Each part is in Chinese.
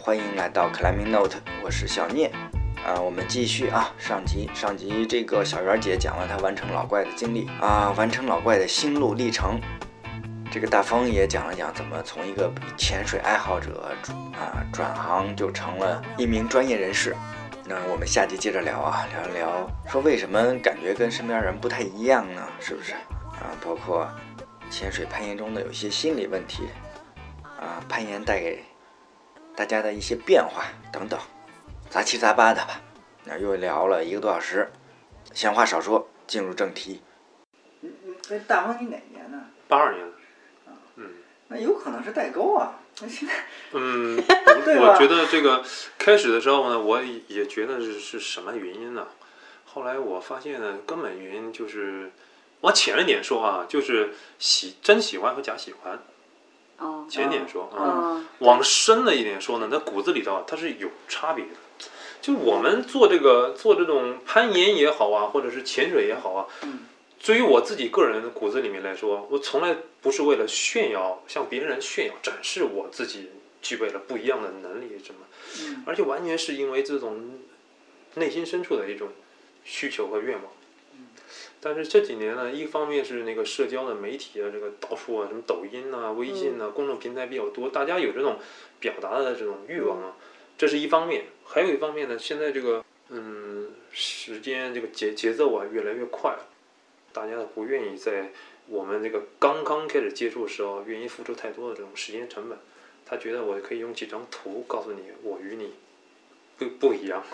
欢迎来到 Climbing Note， 我是小聂。我们继续啊，上集这个小圆姐讲了她完成老怪的经历啊，完成老怪的心路历程。这个大风也讲了讲怎么从一个潜水爱好者转行就成了一名专业人士。那我们下集接着聊啊，聊一聊说为什么感觉跟身边人不太一样呢？是不是啊？包括潜水攀岩中的有一些心理问题啊，攀岩带给大家的一些变化等等，杂七杂八的吧。那又聊了1个多小时，闲话少说，进入正题。大风你哪年呢 ？82年了。 那有可能是代沟啊。那现在我觉得这个开始的时候呢，我也觉得是什么原因呢？后来我发现呢，根本原因就是往浅了点说啊，就是真喜欢和假喜欢。浅点说往深了一点说呢，在骨子里头它是有差别的。就我们做这种攀岩也好啊，或者是潜水也好啊，对于我自己个人的骨子里面来说，我从来不是为了炫耀，向别人炫耀展示我自己具备了不一样的能力什么，而且完全是因为这种内心深处的一种需求和愿望。但是这几年呢，一方面是那个社交的媒体啊，这个到处啊，什么抖音啊、微信啊，公众平台比较多，大家有这种表达的这种欲望啊，这是一方面。还有一方面呢，现在这个时间这个节奏啊越来越快了，大家不愿意在我们这个刚刚开始接触的时候愿意付出太多的这种时间成本。他觉得我可以用几张图告诉你，我与你不一样。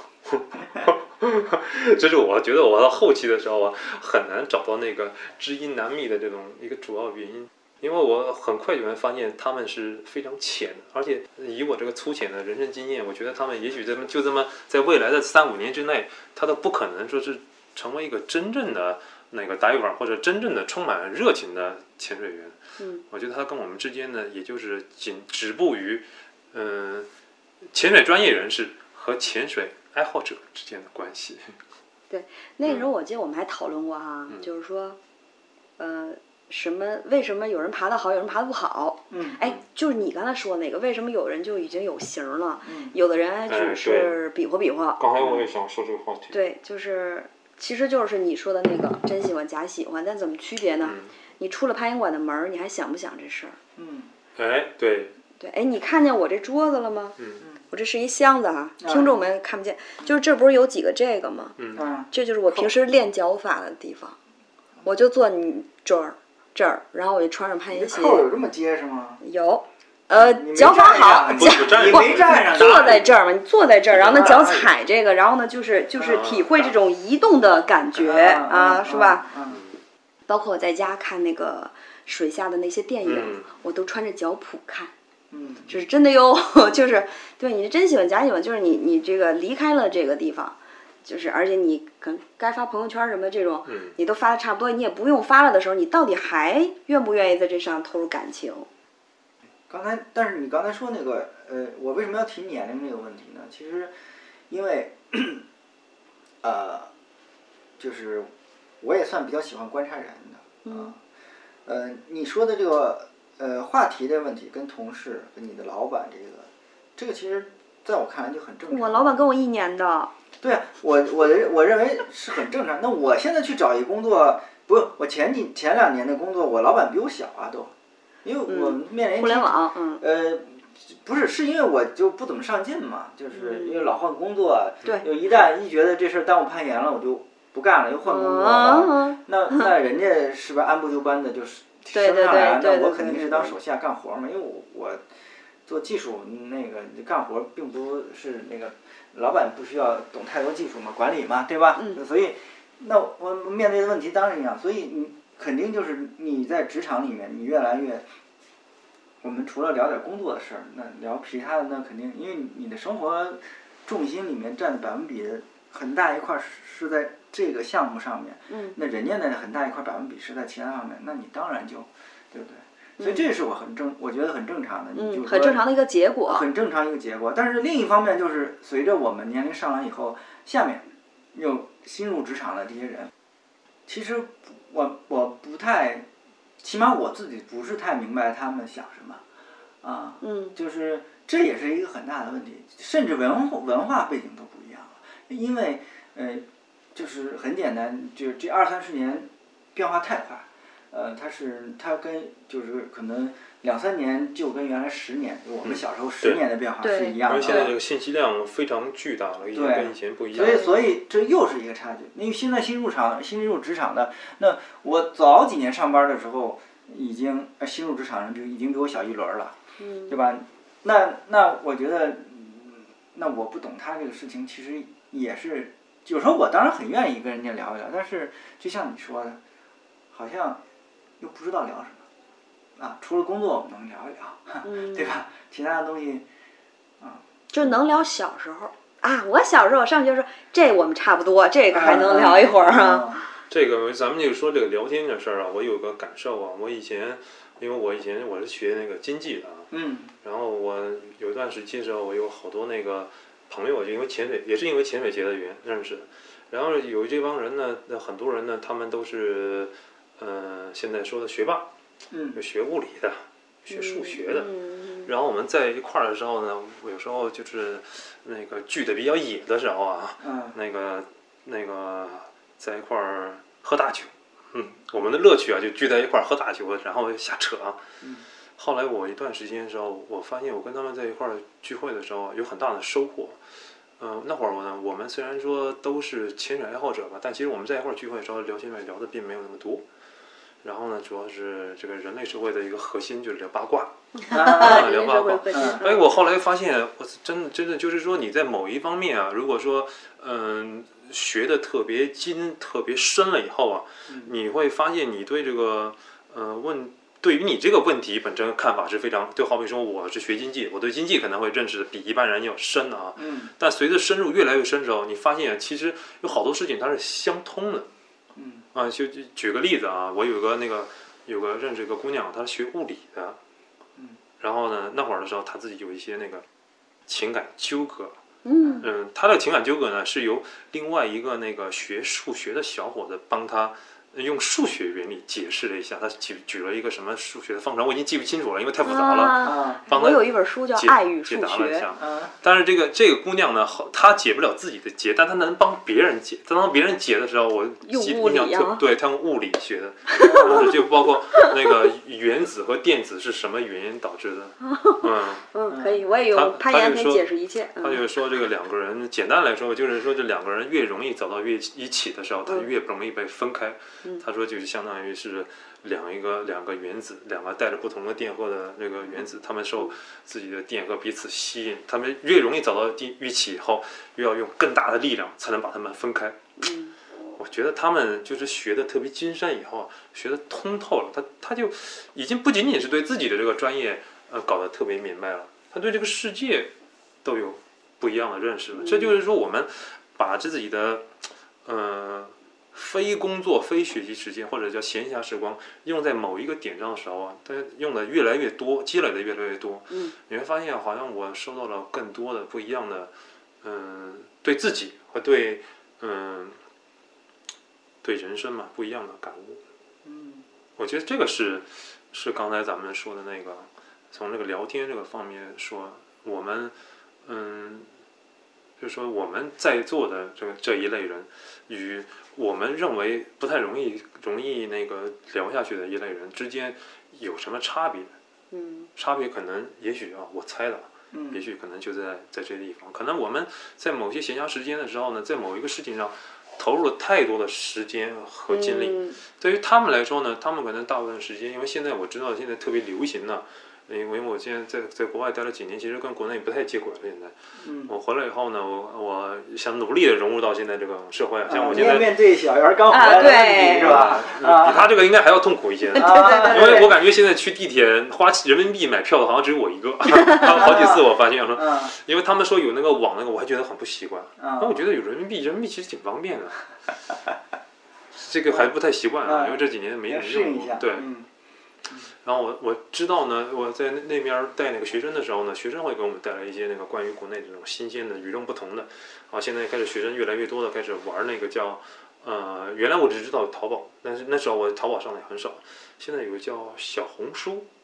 这是我觉得我到后期的时候啊，很难找到那个知音难觅的这种一个主要原因，因为我很快就会发现他们是非常浅的，而且以我这个粗浅的人生经验，我觉得他们也许就这么在未来的3-5年之内，他都不可能说是成为一个真正的那个 diver 或者真正的充满热情的潜水员。我觉得他跟我们之间呢，也就是止步于潜水专业人士和潜水爱好者之间的关系。 对，那时候我记得我们还讨论过就是说，为什么有人爬得好，有人爬得不好？就是你刚才说那个，为什么有人就已经有型了，有的人只是比划比划。 刚才我也想说这个话题。 对，其实就是你说的那个真喜欢假喜欢，但怎么区别呢？你出了攀岩馆的门，你还想不想这事儿？ 对。 对，你看见我这桌子了吗？我这是一箱子听众们看不见，就是这不是有几个这个吗？这就是我平时练脚法的地方，我就坐你这儿，然后我就穿上攀岩鞋。 扣有这么结实吗？ 有，脚法好， 你没站上， 坐在这儿嘛，你坐在这儿，然后呢脚踩这个，然后呢就是体会这种移动的感觉是吧？包括我在家看那个水下的那些电影，我都穿着脚蹼看。就是真的哟，就是对你真喜欢假喜欢，就是你这个离开了这个地方，就是而且你该发朋友圈什么这种，你都发的差不多，你也不用发了的时候，你到底还愿不愿意在这上投入感情？ 但是你刚才说那个我为什么要提年龄这个问题呢？其实因为就是我也算比较喜欢观察人的你说的这个话题的问题，跟同事跟你的老板这个其实在我看来就很正常。 我老板跟我1年的。 对啊，我认为是很正常。那我现在去找一个工作，我前2年的工作，我老板比我小都，因为我面临互联网不是因为我就不怎么上进嘛，就是因为老换工作， 对， 又一旦觉得这事耽误攀岩了，我就不干了，又换工作那人家是不是按部就班的就是升上来，那我肯定是当手下干活嘛，因为我做技术那个干活并不是那个老板不需要懂太多技术嘛，管理嘛，对吧？所以那我面对的问题当然一样，所以你肯定就是你在职场里面你越来越，我们除了聊点工作的事儿，那聊其他的那肯定，因为你的生活重心里面占的比的很大一块是在这个项目上面，那人家呢很大一块比是在其他方面，那你当然就，对不对？所以这是我觉得很正常的，就是很正常的一个结果， 很正常一个结果。但是另一方面就是随着我们年龄上来以后，下面又新入职场的这些人，其实我不太，起码我自己不是太明白他们想什么。 啊，就是这也是一个很大的问题，甚至文化背景都不一样了，因为就是很简单，就这20-30年变化太快，它跟就是可能2-3年就跟原来10年，我们小时候10年的变化是一样的。 因为现在这个信息量非常巨大了，已经跟以前不一样。 所以这又是一个差距。因为现在新入职场的，那我早几年上班的时候，已经新入职场人已经比我小1轮了，对吧？那我觉得，那我不懂他这个事情，其实也是。有时候我当然很愿意跟人家聊一聊，但是就像你说的，好像又不知道聊什么啊。除了工作我们能聊一聊，对吧？其他的东西就能聊小时候啊。我小时候上学时候，这我们差不多，这个还能聊一会儿啊。 这个咱们就说这个聊天的事儿啊，我有个感受啊。我以前我是学那个经济的啊，然后我有一段时期的时候，我有好多那个朋友，就因为潜水结的缘认识的。然后有这帮人呢，很多人呢，他们都是现在说的学霸，就学物理的，学数学的。然后我们在一块儿的时候呢，有时候就是那个聚的比较野的时候啊，那个在一块儿喝大酒，我们的乐趣啊，就聚在一块儿喝大酒，然后瞎扯啊。后来我一段时间的时候，我发现我跟他们在一块儿聚会的时候有很大的收获。那会儿呢，我们虽然说都是潜水爱好者吧，但其实我们在一块儿聚会的时候聊潜水聊的并没有那么多。然后呢，主要是这个人类社会的一个核心就是聊八卦，聊八卦。我后来发现，我真的就是说，你在某一方面啊，如果说学的特别精、特别深了以后啊，你会发现你对这个对于你这个问题本身看法是非常，就好比说我是学经济，我对经济可能会认识的比一般人要深啊。但随着深入越来越深的时候，你发现其实有好多事情它是相通的。就举个例子啊，我有个认识一个姑娘，她学物理的，然后呢，那会儿的时候她自己有一些那个情感纠葛，她的情感纠葛呢是由另外一个那个学数学的小伙子帮她用数学原理解释了一下，他举了一个什么数学的方程，我已经记不清楚了，因为太复杂了。 我有一本书叫《爱与数学》， 但是这个姑娘呢，她解不了自己的解，但她能帮别人解。当别人解的时候，我印象对，她用物理学的，就包括那个原子和电子是什么原因导致的。 可以，我也用攀岩可以解释一切。 他就是说，这个两个人，简单来说，就是说这两个人越容易走到一起的时候，他越不容易被分开。他说就是相当于是两个原子，两个带着不同的电荷的这个原子，他们受自己的电荷彼此吸引，他们越容易走到一起以后，越要用更大的力量才能把他们分开。我觉得他们就是学的特别精深以后，学的通透了，他就已经不仅仅是对自己的这个专业搞得特别明白了，他对这个世界都有不一样的认识了。这就是说，我们把自己的非工作、非学习时间，或者叫闲暇时光，用在某一个点上的时候啊，它用的越来越多，积累的越来越多。你会发现，好像我收到了更多的不一样的，对自己和对人生嘛不一样的感悟。我觉得这个是刚才咱们说的那个，从这个聊天这个方面说，我们就是说我们在座的这一类人，与我们认为不太容易那个聊下去的一类人之间有什么差别？差别可能也许啊，我猜的，也许可能就在这些地方。可能我们在某些闲暇时间的时候呢，在某一个事情上投入了太多的时间和精力。对于他们来说呢，他们可能大部分时间，因为现在我知道现在特别流行的。因为我现在在国外待了几年，其实跟国内不太接轨了。现在，我回来以后呢，我想努力的融入到现在这个社会。像我现在面对小袁刚回来的问题是吧？ 比他这个应该还要痛苦一些。因为我感觉现在去地铁花人民币买票的好像只有我一个，好几次我发现了。因为他们说有那个网我还觉得很不习惯。但我觉得有人民币其实挺方便的。这个还不太习惯啊，因为这几年没用过。对。然后我知道呢，我在那边带那个学生的时候呢，学生会给我们带来一些那个关于国内这种新鲜的、与众不同的。现在开始学生越来越多的开始玩那个叫原来我只知道淘宝，但是那时候我淘宝上的也很少。现在有个叫小红书，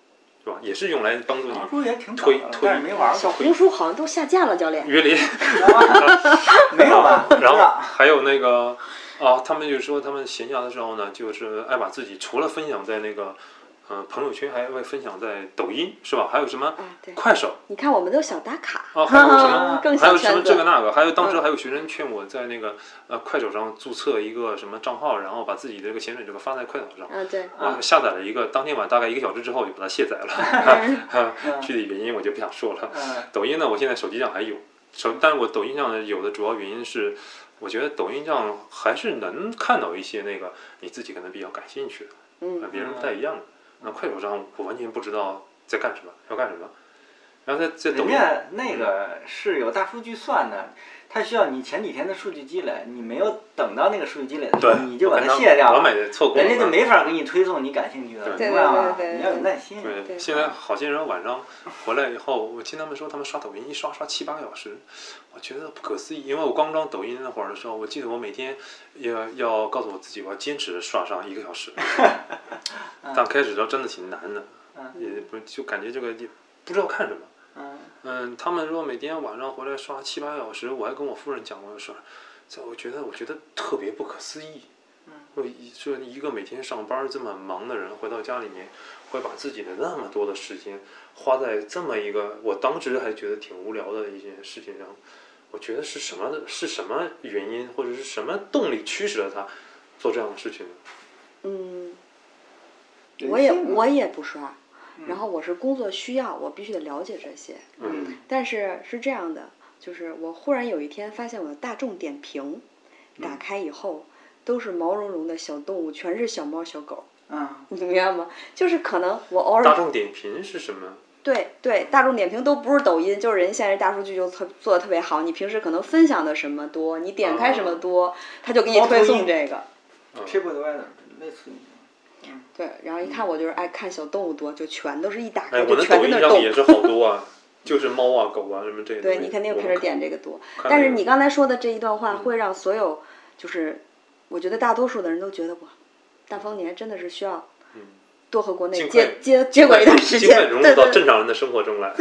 是吧？也是用来帮助你推，但是没玩过。 小红书好像都下架了，教练。 约林。 没有吧？ 然后还有那个他们就说他们闲暇的时候呢，就是爱把自己除了分享在那个朋友圈，还会分享在抖音，是吧？还有什么快手？ 你看我们都小打卡。 还有什么？ 更还有什么这个那个？还有当时还有学生劝我在那个快手上注册一个什么账号，然后把自己的这个潜水这个发在快手上。 对。 我下载了一个，当天晚大概1个小时之后就把它卸载了。具体原因我就不想说了。抖音呢，我现在手机上还有，但是我抖音上有的主要原因是，我觉得抖音上还是能看到一些那个你自己可能比较感兴趣的，别人不太一样的。那快手上我完全不知道在干什么，要干什么。然后在抖音， 人家那个是有大数据算的，它需要你前几天的数据积累，你没有等到那个数据积累的时候，你就把它卸掉了，人家就没法给你推送你感兴趣的，明白吗？你要有耐心。 对，现在好些人晚上回来以后，我听他们说他们刷抖音一刷7、8个小时，我觉得不可思议。因为我刚装抖音那会儿的时候，我记得我每天要告诉我自己，我要坚持刷上1个小时。但开始的时候真的挺难的，也不就感觉这个也不知道看什么。他们说每天晚上回来刷7、8个小时，我还跟我夫人讲过说，我觉得特别不可思议。说一个每天上班这么忙的人，回到家里面会把自己的那么多的时间花在这么一个我当时还觉得挺无聊的一件事情上。我觉得是什么原因，或者是什么动力驱使了他做这样的事情呢？ 我也不刷，然后我是工作需要，我必须得了解这些。但是这样的，就是我忽然有一天发现我的大众点评打开以后，都是毛茸茸的小动物，全是小猫小狗。你明白吗？就是可能我偶尔。 大众点评是什么？ 对，大众点评都不是抖音，就是人现在大数据就做的特别好。你平时可能分享的什么多，你点开什么多，他就给你推送这个。 TripAdvisor 类似于。 对，然后一看我就是爱看小动物多，就全都是一打开就全在那动。我的抖音上也是好多啊，就是猫啊、狗啊什么这些。 对，你肯定开始点这个多。但是你刚才说的这一段话，会让所有就是我觉得大多数的人都觉得哇，大风你还真的是需要多和国内接轨一段时间， 尽快融入到正常人的生活中来。 对。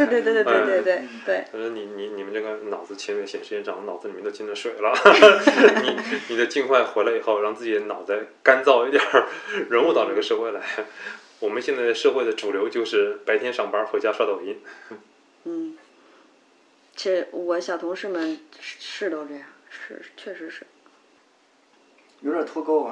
你们这个脑子前面显时间长，脑子里面都进了水了。你得尽快回来以后，让自己的脑袋干燥一点，融入到这个社会来。我们现在社会的主流就是白天上班，回家刷抖音。 其实我小同事们是都这样，确实是。 有点脱钩啊。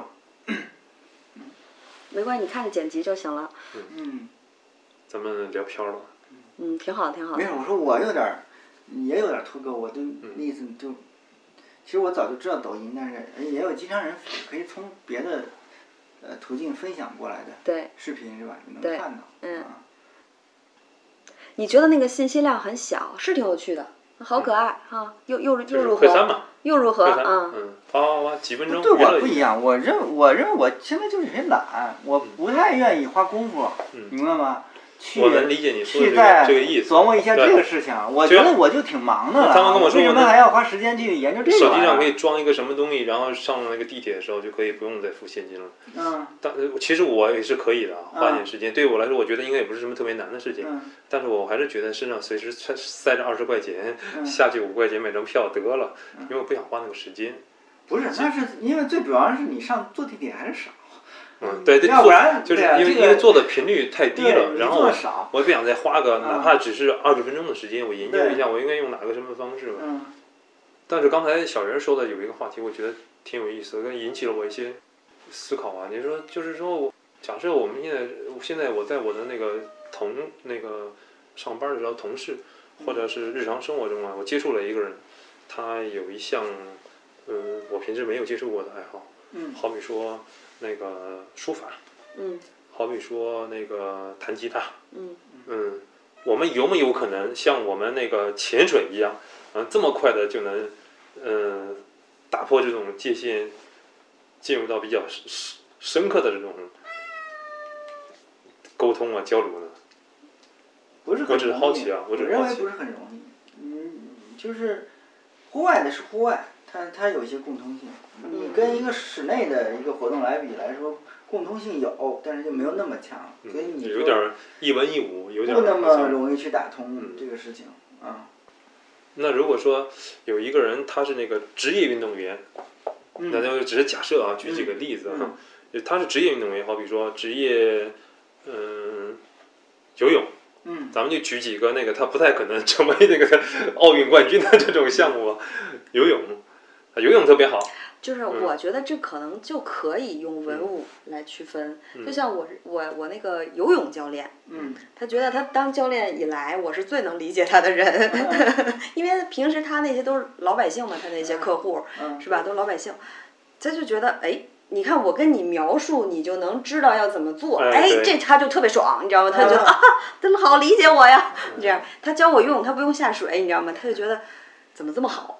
没关系，你看着剪辑就行了。 咱们聊飘了。 挺好挺好。 没有，我说我也有点脱钩，我就意思就，其实我早就知道抖音，但是也有经常人可以从别的途径分享过来的视频是吧？你能看到。 你觉得那个信息量很小，是挺有趣的，好可爱哈，又如何？ 快餐嘛。 又如何啊？ 好，几分钟。 对我不一样，我认为我现在就是有点懒，我不太愿意花功夫，明白吗？ 我能理解你说的这个意思。 琢磨一下这个事情，我觉得我就挺忙的了。 他们跟我说， 为什么还要花时间去研究这个？ 手机上可以装一个什么东西，然后上那个地铁的时候就可以不用再付现金了。但其实我也是可以的，花点时间。对于我来说，我觉得应该也不是什么特别难的事情。但是我还是觉得身上随时塞着20块钱，下去5块钱买张票得了，因为我不想花那个时间。 不是，那是因为最主要是你坐地铁还是少。 对， 要不然就是因为坐的频率太低了，然后我不想再花个哪怕只是20分钟的时间，我研究一下我应该用哪个什么方式吧。但是刚才小袁说的有一个话题，我觉得挺有意思的，引起了我一些思考啊。你说就是说，假设我们现在我在我的那个上班的时候，同事或者是日常生活中啊，我接触了一个人，他有一项我平时没有接触过的爱好，好比说那个书法，好比说那个弹吉他，我们有没有可能像我们那个潜水一样，这么快的就能打破这种界限，进入到比较深刻的这种沟通啊交流呢？ 不是很容易， 我只是好奇啊， 我认为不是很容易。就是户外的是户外，它有一些共通性。你跟一个室内的一个活动来比来说， 共通性有，但是就没有那么强，所以你有点一文一武，有点不那么容易去打通这个事情啊。 那如果说有一个人他是那个职业运动员，那就只是假设啊，举几个例子啊，他是职业运动员，好比说职业游泳，咱们就举几个那个他不太可能成为那个奥运冠军的这种项目啊，游泳特别好。 就是我觉得这可能就可以用文武来区分，就像我那个游泳教练，他觉得他当教练以来，我是最能理解他的人，因为平时他那些都是老百姓嘛，他那些客户，是吧，都是老百姓，他就觉得哎。你看我跟你描述，你就能知道要怎么做，这他就特别爽，你知道吗？他就觉得他们好理解我呀，这样他教我游泳，他不用下水，你知道吗？他就觉得怎么这么好。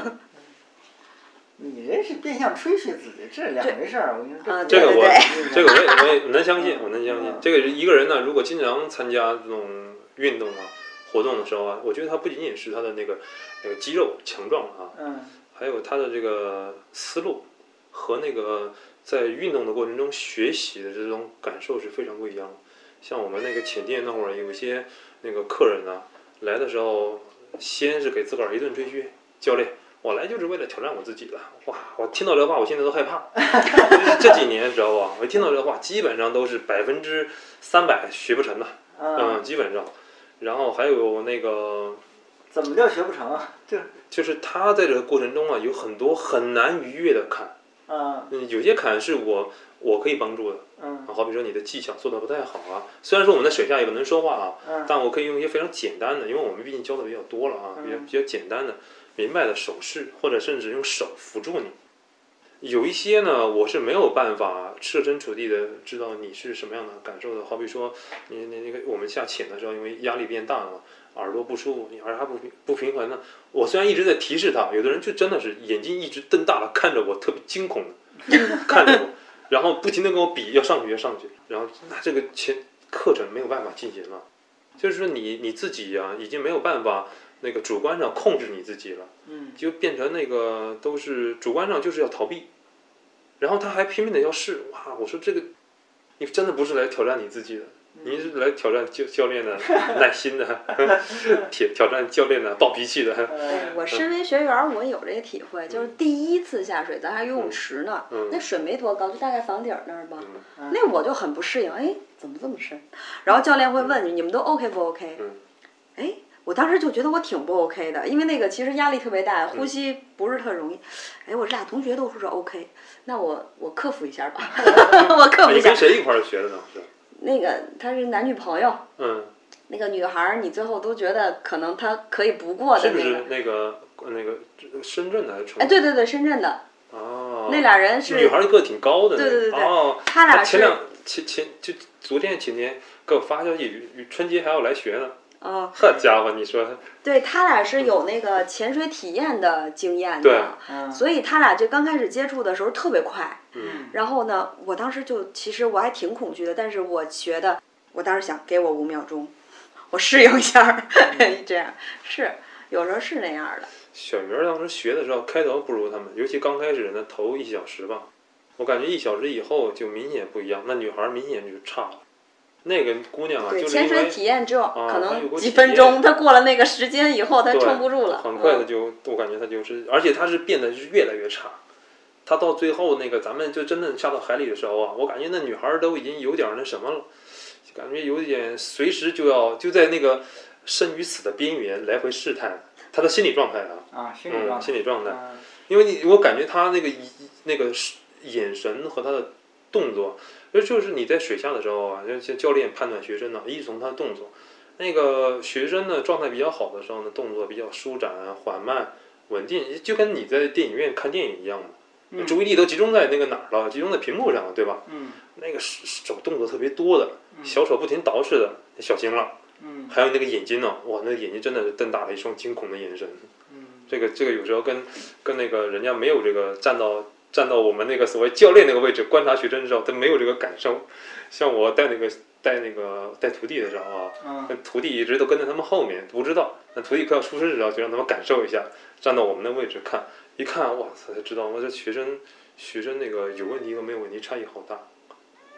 你这是变相吹嘘自己，这是两回事儿。我跟你说， 这个我也能相信，我能相信。这个一个人呢，如果经常参加这种运动啊活动的时候啊，我觉得他不仅仅是他的那个肌肉强壮啊，还有他的这个思路和那个在运动的过程中学习的这种感受是非常不一样的。像我们那个浅店那会儿，有一些那个客人啊来的时候，先是给自个儿一顿吹嘘，教练。我来就是为了挑战我自己的，哇！我听到这话，我现在都害怕。这几年知道吧？我一听到这话，基本上都是300%学不成的，基本上。然后还有那个， 怎么叫学不成啊？ 就是他在这个过程中啊，有很多很难逾越的坎。有些坎是我可以帮助的，好比说你的技巧做的不太好啊。虽然说我们在水下也不能说话啊，但我可以用一些非常简单的，因为我们毕竟教的比较多了啊，比较简单的。明白的手势，或者甚至用手辅助你。有一些呢，我是没有办法设身处地的知道你是什么样的感受的。好比说，你那个我们下潜的时候，因为压力变大了，耳朵不舒服，你耳还不平衡呢。我虽然一直在提示他，有的人就真的是眼睛一直瞪大了看着我，特别惊恐的看着我，然后不停的跟我比要上去，然后那这个课程没有办法进行了。就是说你自己呀，已经没有办法。那个主观上控制你自己了，就变成那个都是主观上就是要逃避，然后他还拼命的要试，哇！我说这个，你真的不是来挑战你自己的，你是来挑战教练的耐心的，挑战教练的暴脾气的。 我身为学员，我有这个体会，就是第一次下水，咱还游泳池呢，那水没多高，就大概房顶那儿吧，那我就很不适应，哎，怎么这么深？然后教练会问你们都 OK 不 OK？哎。我当时就觉得我挺不 OK 的，因为那个其实压力特别大，呼吸不是特容易。哎，我这俩同学都说 OK， 那我克服一下吧，我克服一下。 你跟谁一块儿学的呢？ 那个他是男女朋友。那个女孩你最后都觉得可能她可以不过的那个。 是不是那个深圳的？ 哎，对，深圳的。 哦。 那俩人是。 女孩个挺高的。 对。 哦。 他俩是。 就昨天前天给我发消息，春节还要来学呢。 好家伙，你说对他俩是有那个潜水体验的经验的，所以他俩这刚开始接触的时候特别快。然后呢，我当时其实我还挺恐惧的，但是我觉得，我当时想给我5秒钟，我适应一下，这样是有时候是那样的。 小鱼当时学的时候，开头不如他们，尤其刚开始的头1小时吧，我感觉1小时以后就明显不一样，那女孩明显就差了。那个姑娘啊， 对， 就是潜水体验只有可能几分钟，她过了那个时间以后，她撑不住了。 很快的我感觉她就是，而且她是变得是越来越差。她到最后那个咱们就真正下到海里的时候啊，我感觉那女孩都已经有点那什么了，感觉有点随时就在那个生与死的边缘来回试探她的心理状态啊。心理状态。因为我感觉她那个眼神和她的动作。就是你在水下的时候啊，像教练判断学生呢，一从他的动作，那个学生呢状态比较好的时候呢，动作比较舒展、缓慢、稳定，就跟你在电影院看电影一样嘛，注意力都集中在那个哪儿了，集中在屏幕上了，对吧？那个手动作特别多的，小手不停捯饬的，小心了。还有那个眼睛呢，哇，那眼睛真的是瞪大了一双惊恐的眼神。这个有时候跟那个人家没有这个站到我们那个所谓教练那个位置观察学生的时候，他没有这个感受。像我带徒弟的时候啊，徒弟一直都跟在他们后面，不知道。那徒弟快要出师的时候，就让他们感受一下，站到我们的位置看，一看，哇塞，才知道我这学生那个有问题和没有问题差异好大。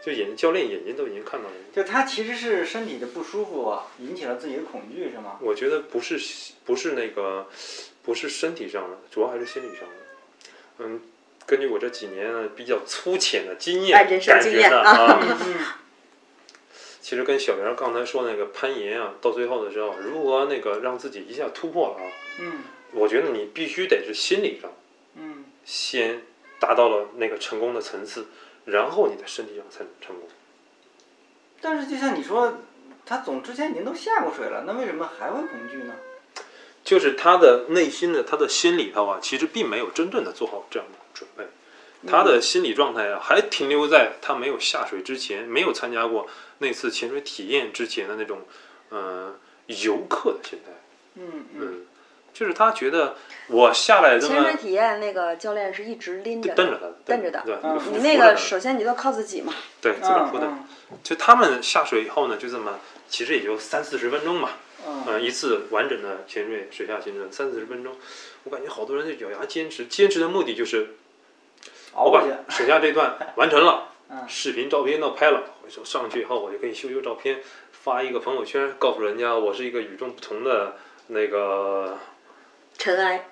就教练眼睛都已经看到了。 就他其实是身体的不舒服引起了自己的恐惧，是吗？ 我觉得不是身体上的，主要还是心理上的。根据我这几年比较粗浅的经验感觉呢其实跟小袁刚才说那个攀岩到最后的时候，如何那个让自己一下突破了我觉得你必须得是心理上先达到了那个成功的层次，然后你的身体上才能成功。 但是就像你说，他之前已经都下过水了，那为什么还会恐惧呢？ 就是他的内心的他的心里头其实并没有真正的做好这样的准备，他的心理状态还停留在他没有下水之前，没有参加过那次潜水体验之前的那种游客的心态。就是他觉得我下来潜水体验那个教练是一直拎着蹬着他， 蹬着的。 对， 你那个首先你都靠自己嘛。 对，自个儿扶的。就他们下水以后呢，就这么，其实也就30-40分钟嘛。一次完整的潜水水下行程30-40分钟，我感觉好多人就咬牙坚持的目的就是我把水下这段完成了，视频照片都拍了，我说上去以后我就可以修照片，发一个朋友圈，告诉人家我是一个与众不同的那个尘埃。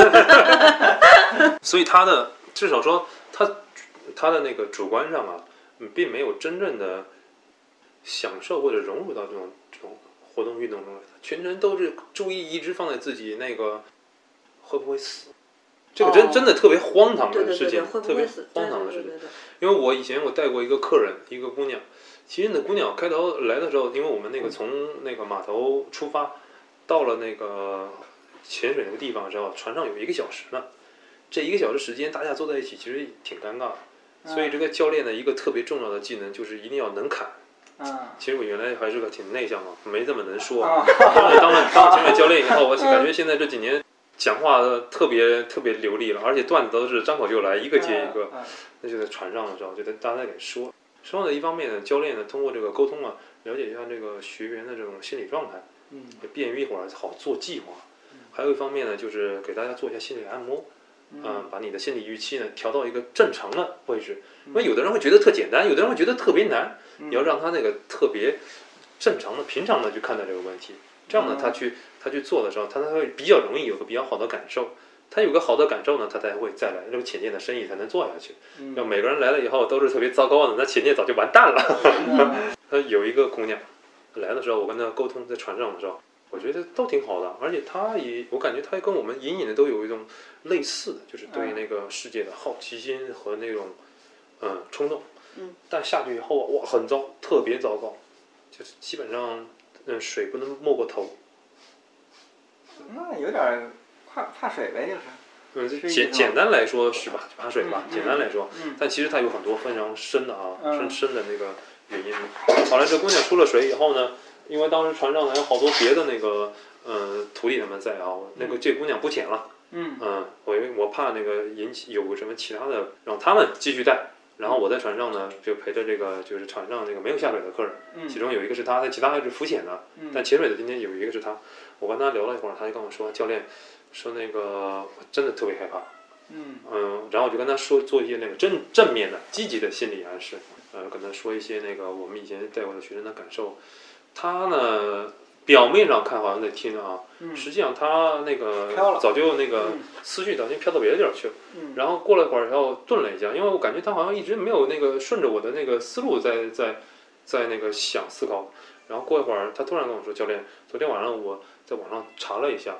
所以他的至少说他的那个主观上并没有真正的享受或者融入到这种活动运动中来，全程都是注意一直放在自己那个会不会死，这个真的特别荒唐的事情，特别荒唐的事情。因为我以前带过一个客人，一个姑娘，其实那姑娘开头来的时候，因为我们那个从那个码头出发，到了那个潜水那个地方的时候，船上有1个小时呢，这1个小时时间大家坐在一起，其实挺尴尬的。所以这个教练的一个特别重要的技能就是一定要能侃。其实我原来还是个挺内向的，没这么能说。当了潜水教练以后，我感觉现在这几年讲话特别流利了，而且段子都是张口就来，一个接一个。那就在船上的时候，就大家给说的一方面呢，教练呢通过这个沟通了解一下这个学员的这种心理状态，也便于一会儿好做计划。还有一方面呢，就是给大家做一下心理按摩。把你的心理预期呢调到一个正常的位置，因为有的人会觉得特简单，有的人会觉得特别难，你要让他那个特别正常的、平常的去看待这个问题，这样呢，他去做的时候，他会比较容易有个比较好的感受。他有个好的感受呢，他才会再来，这个潜店的生意才能做下去。要每个人来了以后都是特别糟糕的，那潜店早就完蛋了。他有一个姑娘来的时候，我跟她沟通，在船上的时候。我觉得都挺好的，而且我感觉他跟我们隐隐的都有一种类似的，就是对那个世界的好奇心和那种冲动。但下去以后哇，很糟，特别糟糕，就是基本上水不能没过头。 那有点怕水呗，就是。 简单来说是吧，怕水吧，简单来说。但其实它有很多非常深的深的那个原因。后来这姑娘出了水以后呢。因为当时船上还有好多别的那个徒弟他们在这姑娘不潜了，我怕那个引起有什么其他的，让他们继续带，然后我在船上呢就陪着这个就是船上那个没有下水的客人，其中有一个是他，其他还是浮潜的，但潜水的今天有一个是他，我跟他聊了一会儿，他就跟我说，教练说那个我真的特别害怕，然后我就跟他说做一些那个正面的积极的心理暗示，跟他说一些那个我们以前带过的学生的感受。他呢，表面上看好像在听实际上他那个早就那个思绪早就飘到别的地儿去了。然后过了一会儿，然后顿了一下，因为我感觉他好像一直没有那个顺着我的那个思路在那个想思考。然后过一会儿，他突然跟我说：“教练，昨天晚上我在网上查了一下，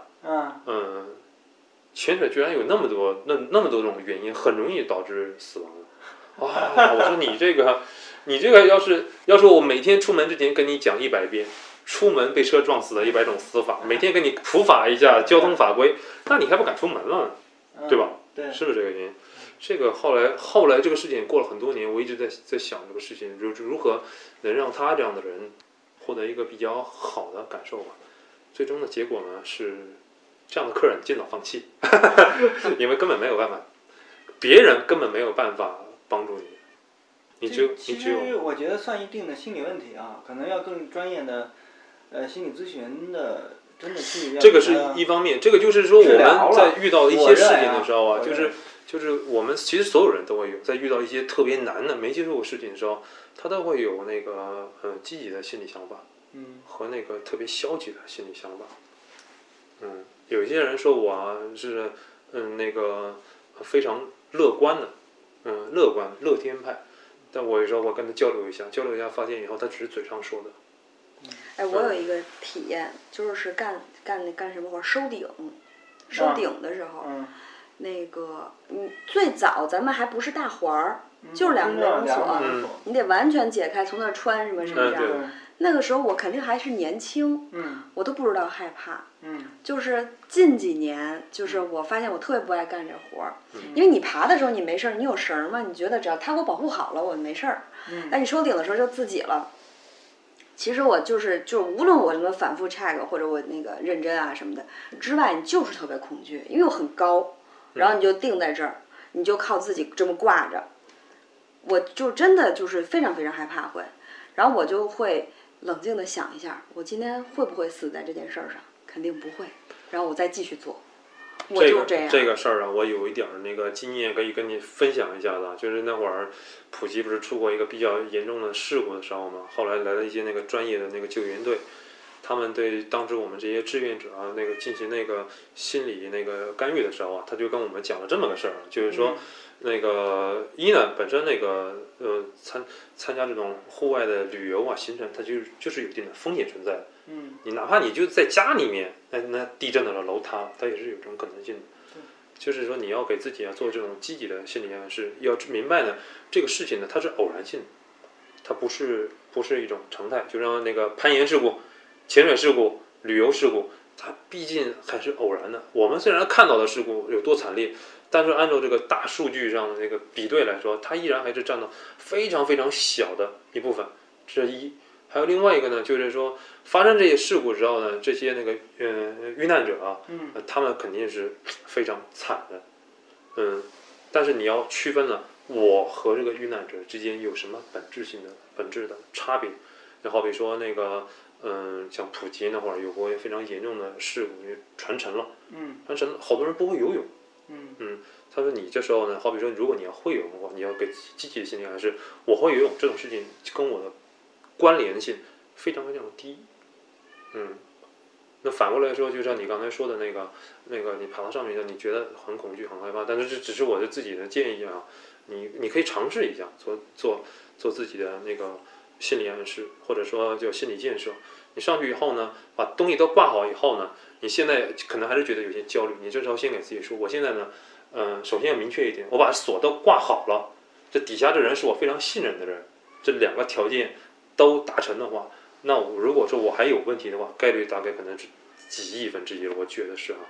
潜水居然有那么多种原因，很容易导致死亡的。”我说你这个要是我每天出门之前跟你讲100遍，出门被车撞死的100种死法，每天跟你普法一下交通法规，那你还不敢出门了，对吧？ 对， 是不是这个原因？这个后来这个事情过了很多年，我一直在想这个事情，如何能让他这样的人获得一个比较好的感受吧。最终的结果呢是，这样的客人尽早放弃，因为根本没有办法，别人根本没有办法帮助你。 其实我觉得算一定的心理问题可能要更专业的心理咨询的，真的去。 这个是一方面，这个就是说我们在遇到一些事情的时候就是我们其实所有人都会有，在遇到一些特别难的、没接触过事情的时候，他都会有那个积极的心理想法，和那个特别消极的心理想法。有一些人说我是那个非常乐观的，乐天派，但我有时候我跟他交流一下，发现以后他只是嘴上说的。 哎，我有一个体验，就是干什么活，收顶的时候，那个最早咱们还不是大环儿，就是两个锁，你得完全解开，从那儿穿什么什么这样。那个时候我肯定还是年轻，我都不知道害怕。就是近几年，就是我发现我特别不爱干这活儿，因为你爬的时候你没事儿，你有绳嘛，你觉得只要它给我保护好了，我没事儿。但你收顶的时候就自己了。其实我就是无论我什么反复 check 或者我那个认真啊什么的之外，你就是特别恐惧，因为我很高，然后你就定在这儿，你就靠自己这么挂着，我就真的就是非常非常害怕会，然后我就会冷静的想一下，我今天会不会死在这件事儿上？肯定不会，然后我再继续做。我就这样。 这个事儿啊，我有一点那个经验可以跟你分享一下的，就是那会儿普吉不是出过一个比较严重的事故的时候嘛，后来来了一些那个专业的那个救援队，他们对当时我们这些志愿者啊，那个进行那个心理那个干预的时候啊，他就跟我们讲了这么个事儿，就是说。那个呢，本身那个参加这种户外的旅游啊行程，它就是有一定的风险存在的。你哪怕你就在家里面，那地震的楼塌，它也是有这种可能性的。就是说你要给自己做这种积极的心理暗示，要明白呢，这个事情呢它是偶然性的，它不是一种常态。就像那个攀岩事故、潜水事故、旅游事故，它毕竟还是偶然的。我们虽然看到的事故有多惨烈，但是按照这个大数据上的那个比对来说，它依然还是占到非常非常小的一部分。这一，还有另外一个呢，就是说发生这些事故之后呢，这些那个遇难者啊，他们肯定是非常惨的，但是你要区分了我和这个遇难者之间有什么本质的差别。就好比说那个像普吉那会儿有过非常严重的事故，传承了，好多人不会游泳。他说你这时候呢，好比说如果你要会游泳的话，你要给积极的心理暗示，我会游泳这种事情跟我的关联性非常非常低。那反过来说，就像你刚才说的那个你爬到上面你觉得很恐惧很害怕，但是这只是我的自己的建议啊，你可以尝试一下做自己的那个心理暗示，或者说叫心理建设。你上去以后呢，把东西都挂好以后呢，你现在可能还是觉得有些焦虑，你这时候先给自己说，我现在呢首先要明确一点，我把锁都挂好了，这底下这人是我非常信任的人，这两个条件都达成的话，那我如果说我还有问题的话，概率大概可能是几亿分之一了，我觉得是啊，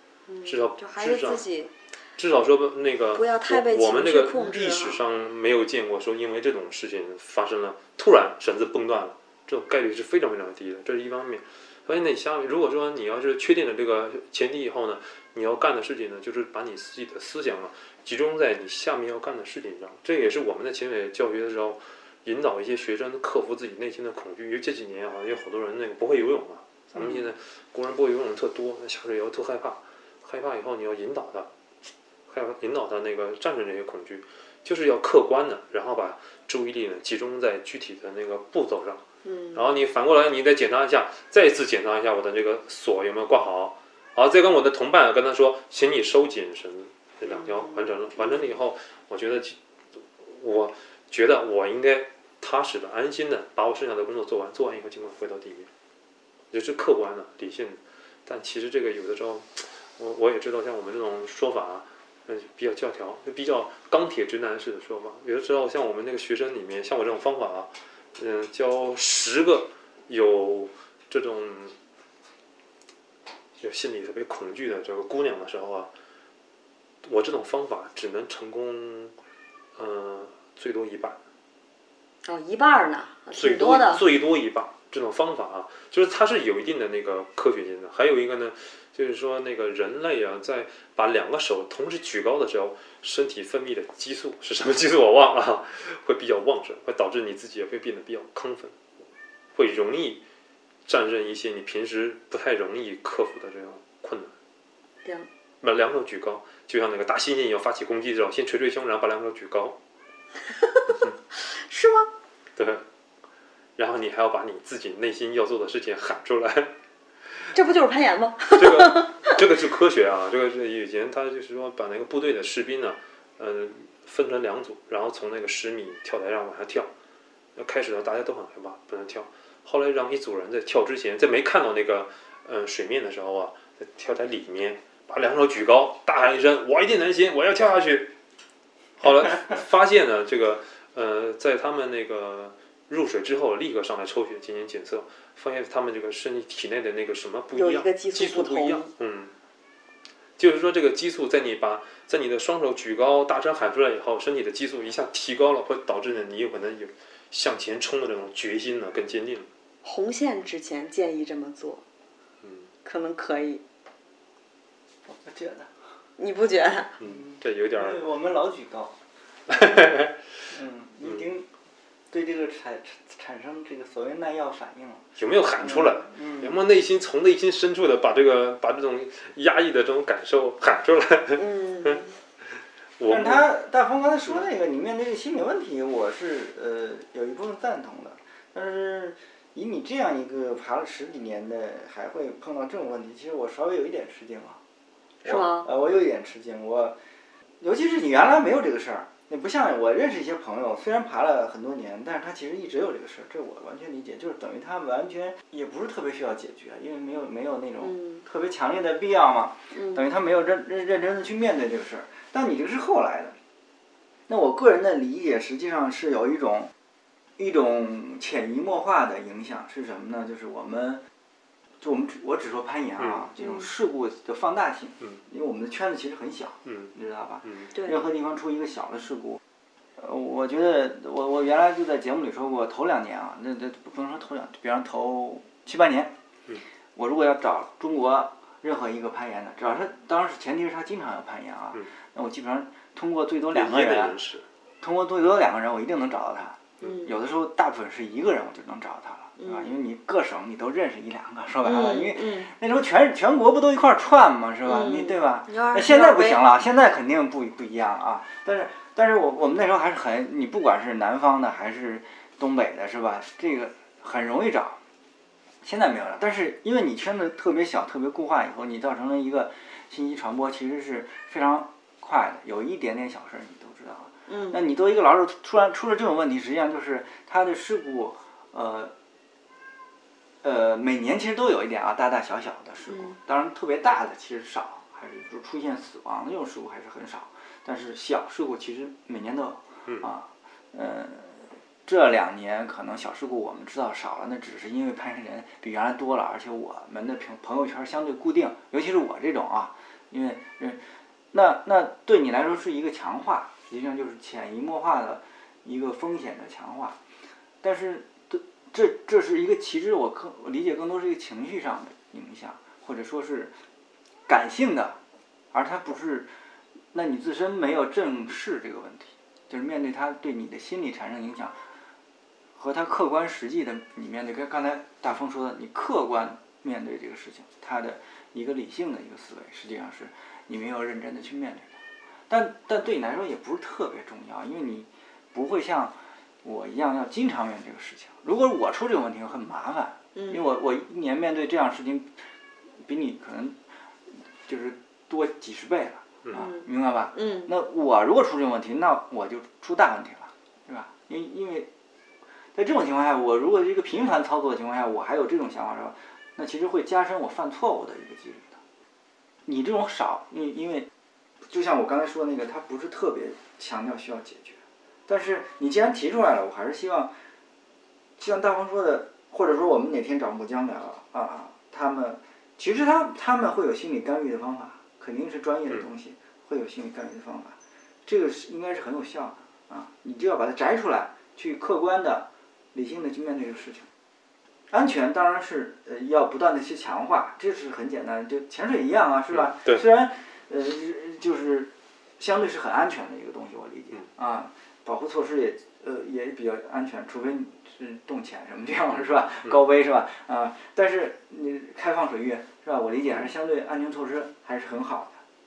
至少说那个不要太被我们那个历史上没有见过说因为这种事情发生了，突然绳子崩断了，这种概率是非常非常低的，这是一方面。所以如果说你要是确定了这个前提以后呢，你要干的事情呢，就是把你自己的思想集中在你下面要干的事情上。这也是我们在潜水教学的时候引导一些学生克服自己内心的恐惧。因为这几年有好多人那个不会游泳嘛，咱们现在国人不会游泳特多，下水以后特害怕以后你要引导他那个战胜这些恐惧，就是要客观的，然后把注意力呢集中在具体的那个步骤上。然后你反过来，你再检查一下，再一次检查一下我的这个锁有没有挂好，好，再跟我的同伴跟他说，请你收紧绳子，这两条完成了以后，我觉得我应该踏实的、安心的把我剩下的工作做完以后尽快回到地面，这是客观的、理性的。但其实这个有的时候，我也知道，像我们这种说法比较教条，比较钢铁直男式的说法。有的时候像我们那个学生里面，像我这种方法教10个有这种有心理特别恐惧的这个姑娘的时候我这种方法只能成功最多一半。 一半呢， 最多一半。这种方法就是它是有一定的那个科学性的。还有一个呢，就是说那个人类在把2个手同时举高的时候，身体分泌的激素是什么激素我忘了，会比较旺盛，会导致你自己也会变得比较亢奋，会容易战胜一些你平时不太容易克服的这种困难。 把两手举高，就像那个大猩猩要发起攻击的时候，先捶捶胸，然后把两手举高。 是吗？ 对。然后你还要把你自己内心要做的事情喊出来。 这不就是攀岩吗？ 这个是科学啊，这个是以前他就是说把那个部队的士兵呢，分成2组，然后从那个10米跳台上往下跳。开始呢大家都很害怕，不能跳。后来让一组人在跳之前，在没看到那个水面的时候啊，在跳台里面把两手举高，大喊一声：“我一定能行，我要跳下去。”后来发现呢，这个在他们那个入水之后，立刻上来抽血进行检测，发现他们这个身体内的那个什么不一样， 有一个激素不一样。就是说这个激素在你的双手举高，大声喊出来以后，身体的激素一下提高了，会导致你有可能有向前冲的这种决心呢更坚定。 红线之前建议这么做，可能可以。 我觉得。 你不觉得？ 这有点。 我们老举高。已经对这个产生这个所谓耐药反应了。 有没有喊出来？有没有从内心深处的把这种压抑的这种感受喊出来？ 但是大风刚才说那个，你面对心理问题，我是有一部分赞同的。但是以你这样一个爬了10几年的，还会碰到这种问题，其实我稍微有一点吃惊啊。 是吗？ 我有一点吃惊，尤其是你原来没有这个事儿。你不像我认识一些朋友，虽然爬了很多年，但是他其实一直有这个事儿，这我完全理解，就是等于他完全也不是特别需要解决，因为没有那种特别强烈的必要嘛，等于他没有认真的去面对这个事儿。但你这个是后来的，那我个人的理解实际上是有一种潜移默化的影响，是什么呢？就是我只说攀岩啊，这种事故的放大性，因为我们的圈子其实很小，你知道吧？任何地方出一个小的事故，我觉得我原来就在节目里说过，头2年啊，那不能说头2，比方头7、8年，我如果要找中国任何一个攀岩的，只要是当然是前提是他经常要攀岩啊，那我基本上通过最多2个人，我一定能找到他。有的时候大部分是1个人我就能找到他了，对吧？因为你各省你都认识1、2个，说白了，因为那时候全国不都一块串嘛，是吧？你对吧？那现在不行了，现在肯定不一样啊。但是我们那时候还是你不管是南方的还是东北的，是吧？这个很容易找。现在没有了，但是因为你圈子特别小、特别固化以后，你造成了一个信息传播，其实是非常快的，有一点点小事你都知道了。那你作为一个老手，出了这种问题，实际上就是它的事故，每年其实都有一点啊，大大小小的事故。当然，特别大的其实少，还是就出现死亡的这种事故还是很少。但是小事故其实每年都有啊。这2年可能小事故我们知道少了，那只是因为攀岩人比原来多了，而且我们的朋友圈相对固定，尤其是我这种啊，因为那对你来说是一个强化，实际上就是潜移默化的一个风险的强化。但是这是一个，其实我理解更多是一个情绪上的影响，或者说是感性的，而它不是，那你自身没有正视这个问题，就是面对它对你的心理产生影响。和他客观实际的你面对，跟刚才大风说的，你客观面对这个事情，他的一个理性的一个思维，实际上是你没有认真的去面对它。但对你来说也不是特别重要，因为你不会像我一样要经常面对这个事情。如果我出这个问题很麻烦，因为我1年面对这样的事情，比你可能就是多几10倍了啊，明白吧？那我如果出这种问题，那我就出大问题了，对吧？因为在这种情况下，我如果是一个频繁操作的情况下，我还有这种想法的时候，那其实会加深我犯错误的一个几率的。你这种少，因为就像我刚才说的那个，它不是特别强调需要解决。但是你既然提出来了，我还是希望大风说的，或者说我们哪天找木江聊啊，其实他们会有心理干预的方法，肯定是专业的东西，会有心理干预的方法，这个应该是很有效的啊。你就要把它摘出来，去客观的、理性的去面对这个事情。安全当然是要不断的去强化，这是很简单，就潜水一样啊，是吧？ 对。 虽然就是相对是很安全的一个东西，我理解啊，保护措施也比较安全，除非是洞潜什么这样是吧？高危是吧？啊，但是你开放水域是吧？我理解还是相对安全措施还是很好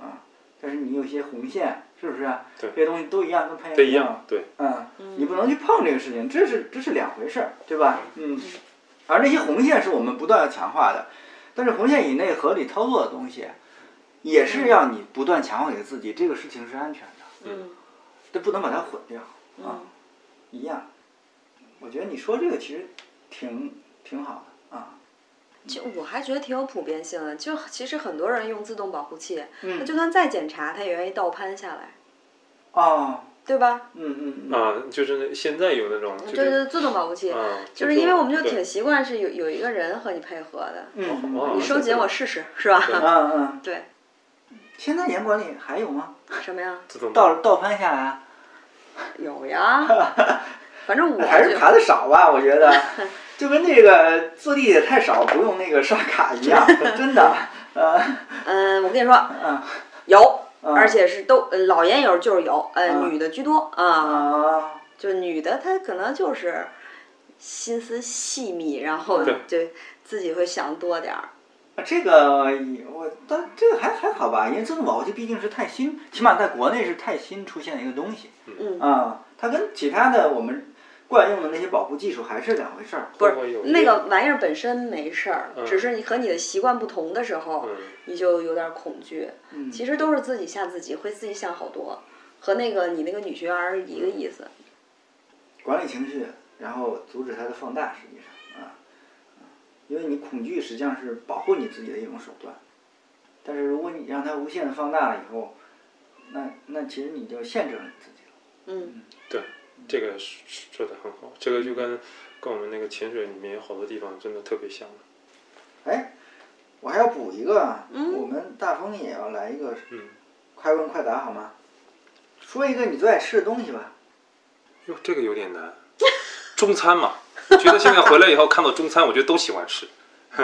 啊。但是你有些红线，是不是啊？ 对。 这些东西都一样，跟攀岩对一样，对。 你不能去碰这个事情，这是两回事儿，对吧？而那些红线是我们不断要强化的，但是红线以内合理操作的东西，也是让你不断强化给自己，这个事情是安全的。这不能把它混掉啊，一样。我觉得你说这个其实挺好的啊。 就我还觉得挺有普遍性的，就其实很多人用自动保护器，他就算再检查，他也愿意倒攀下来。 哦。 对吧？ 就是现在有那种， 对自动保护器，就是因为我们就挺习惯是有一个人和你配合的，你收紧我试试，是吧？对。 现在严管理还有吗？ 什么呀？ 倒攀下来。 有呀，反正我还是爬的少吧，我觉得，就跟那个坐地铁太少，不用那个刷卡一样，真的。 我跟你说，有。而且是都老烟友就是有，女的居多啊，就女的她可能就是心思细密，然后对自己会想多点儿。 这个但这个还好吧，因为自动保护器毕竟是太新，起码在国内是太新出现的一个东西。它跟其他的我们惯用的那些保护技术还是两回事儿。 不是那个玩意儿本身没事儿，只是你和你的习惯不同的时候，你就有点恐惧。其实都是自己吓自己，会自己想好多，和那个你那个女学员一个意思。 管理情绪，然后阻止它的放大，实际上因为你恐惧实际上是保护你自己的一种手段，但是如果你让它无限的放大了以后，那其实你就限制了你自己了。 对。这个说的很好，这个就跟我们那个潜水里面有好多地方真的特别像。 我还要补一个，我们大风也要来一个，快问快答好吗？说一个你最爱吃的东西吧。 哟，这个有点难。中餐嘛，觉得现在回来以后看到中餐，我觉得都喜欢吃。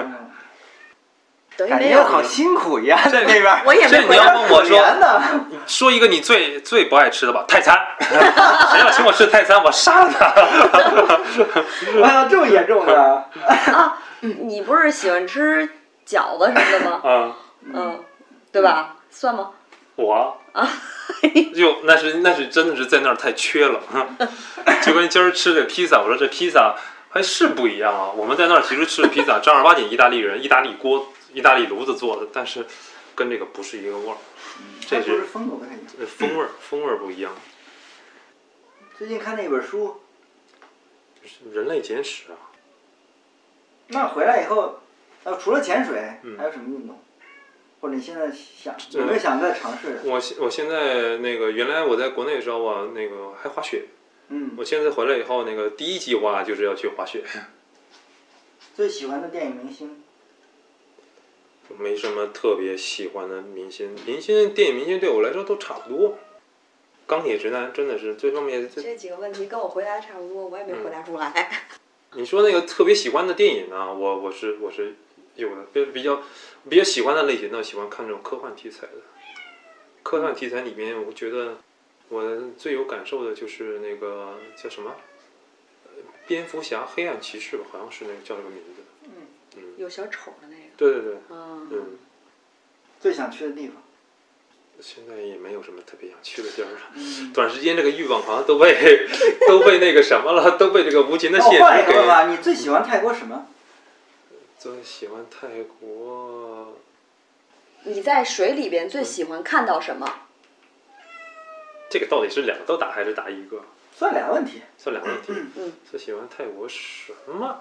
感觉好辛苦一样，在那边。 我也没你要问我说一个你最不爱吃的吧，泰餐。谁要请我吃泰餐，我杀了他。 这么严重的？ 你不是喜欢吃饺子什么的吗？对吧？算吗？ 我就那是真的是在那儿太缺了。就跟今儿吃这披萨，我说这披萨还是不一样啊。我们在那儿其实吃的披萨正儿八经意大利人、意大利锅、意大利炉子做的，但是跟这个不是一个味儿。这是风格不太一样。 风味不一样。 最近看那本书， 就是《人类简史》啊。 那回来以后，除了潜水，还有什么运动？或者你现在有没有想再尝试？ 我现在那个原来我在国内的时候啊，那个还滑雪。我现在回来以后，那个第一计划就是要去滑雪。 最喜欢的电影明星？ 没什么特别喜欢的明星，电影明星对我来说都差不多。钢铁直男真的是最方面。 这几个问题跟我回答差不多，我也没回答出来。 你说那个特别喜欢的电影呢？我是有的，比较喜欢的类型呢，喜欢看这种科幻题材的。科幻题材里面，我觉得我最有感受的就是那个叫什么，蝙蝠侠、黑暗骑士吧，好像是那个叫这个名字。 有小丑的那个。 对。 最想去的地方？ 现在也没有什么特别想去的地儿了。短时间这个欲望好像都被那个什么了，都被这个无情的现实给。 换一个吧，你最喜欢泰国什么？ 最喜欢泰国。 你在水里边最喜欢看到什么？ 这个到底是两个都答还是答一个？ 算两个问题。 算两个问题。最喜欢泰国什么？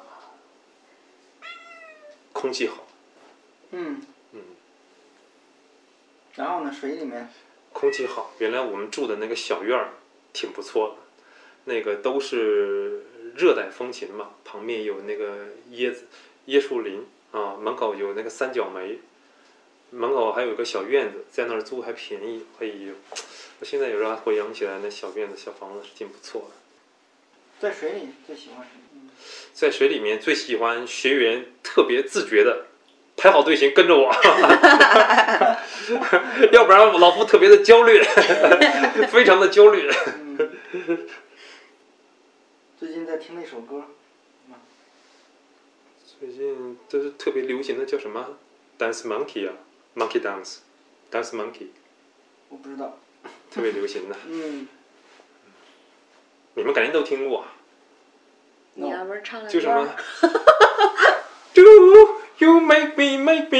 空气好。 然后呢，水里面。 空气好，原来我们住的那个小院儿挺不错的，那个都是热带风情嘛，旁边有那个椰树林啊，门口有那个三角梅，门口还有个小院子，在那儿租还便宜。哎呦，我现在有时候还回想起来，那小院子、小房子是挺不错的。 在水里最喜欢什么？ 在水里面最喜欢学员特别自觉的排好队形跟着我，要不然老夫特别的焦虑，非常的焦虑。 最近在听那首歌？ 最近这是特别流行的叫什么 ？Dance Monkey 啊 ，Monkey Dance，Dance Monkey。 我不知道。 特别流行的。 你们肯定都听过。 你要不是唱两句。就什么？Do you make me？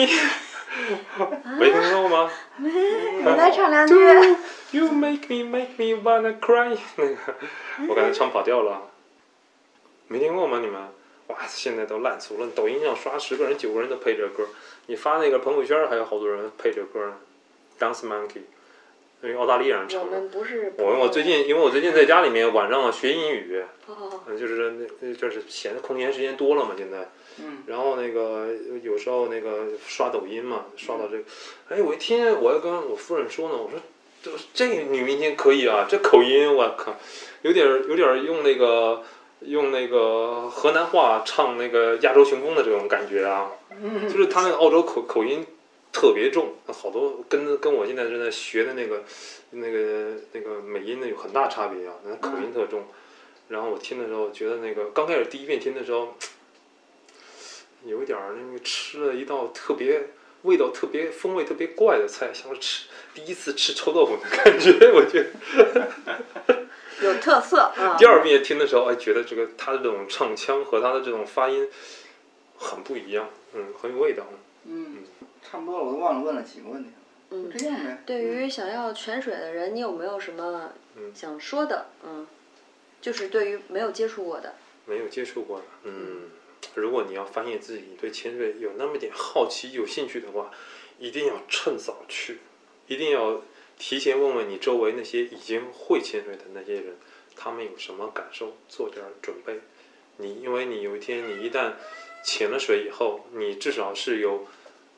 没听过吗？ 没，你再唱两句。 Do you make me wanna cry？ 那个，我刚才唱跑调了。没听过吗？你们？哇，现在都烂俗了。抖音上刷10个人9个人都配这歌，你发那个朋友圈还有好多人配这歌呢。Dance Monkey， 因为澳大利亚人唱的。 我们不是。 我最近在家里面晚上学英语，就是闲的空闲时间多了嘛，现在。然后那个有时候那个刷抖音嘛，刷到这个，哎，我一听我要跟我夫人说呢，我说这女明星可以啊，这口音我靠，有点用那个河南话唱那个亚洲雄风的这种感觉啊，就是他那个澳洲口音特别重，好多跟我现在正在学的那个美音的有很大差别啊，那口音特重。然后我听的时候觉得那个刚开始第一遍听的时候，有一点那个吃了一道味道特别风味特别怪的菜，像是第一次吃臭豆腐的感觉，我觉得。 有特色。 第二遍听的时候，哎，觉得这个他的这种唱腔和他的这种发音很不一样，很有味道。 差不多了，我都忘了问了几个问题了。就这样呗。 对于想要潜水的人，你有没有什么想说的？就是对于没有接触过的。 没有接触过的，如果你要发现自己对潜水有那么点好奇、有兴趣的话，一定要趁早去，一定要提前问问你周围那些已经会潜水的那些人，他们有什么感受，做点准备。因为你有一天你一旦潜了水以后，你至少是有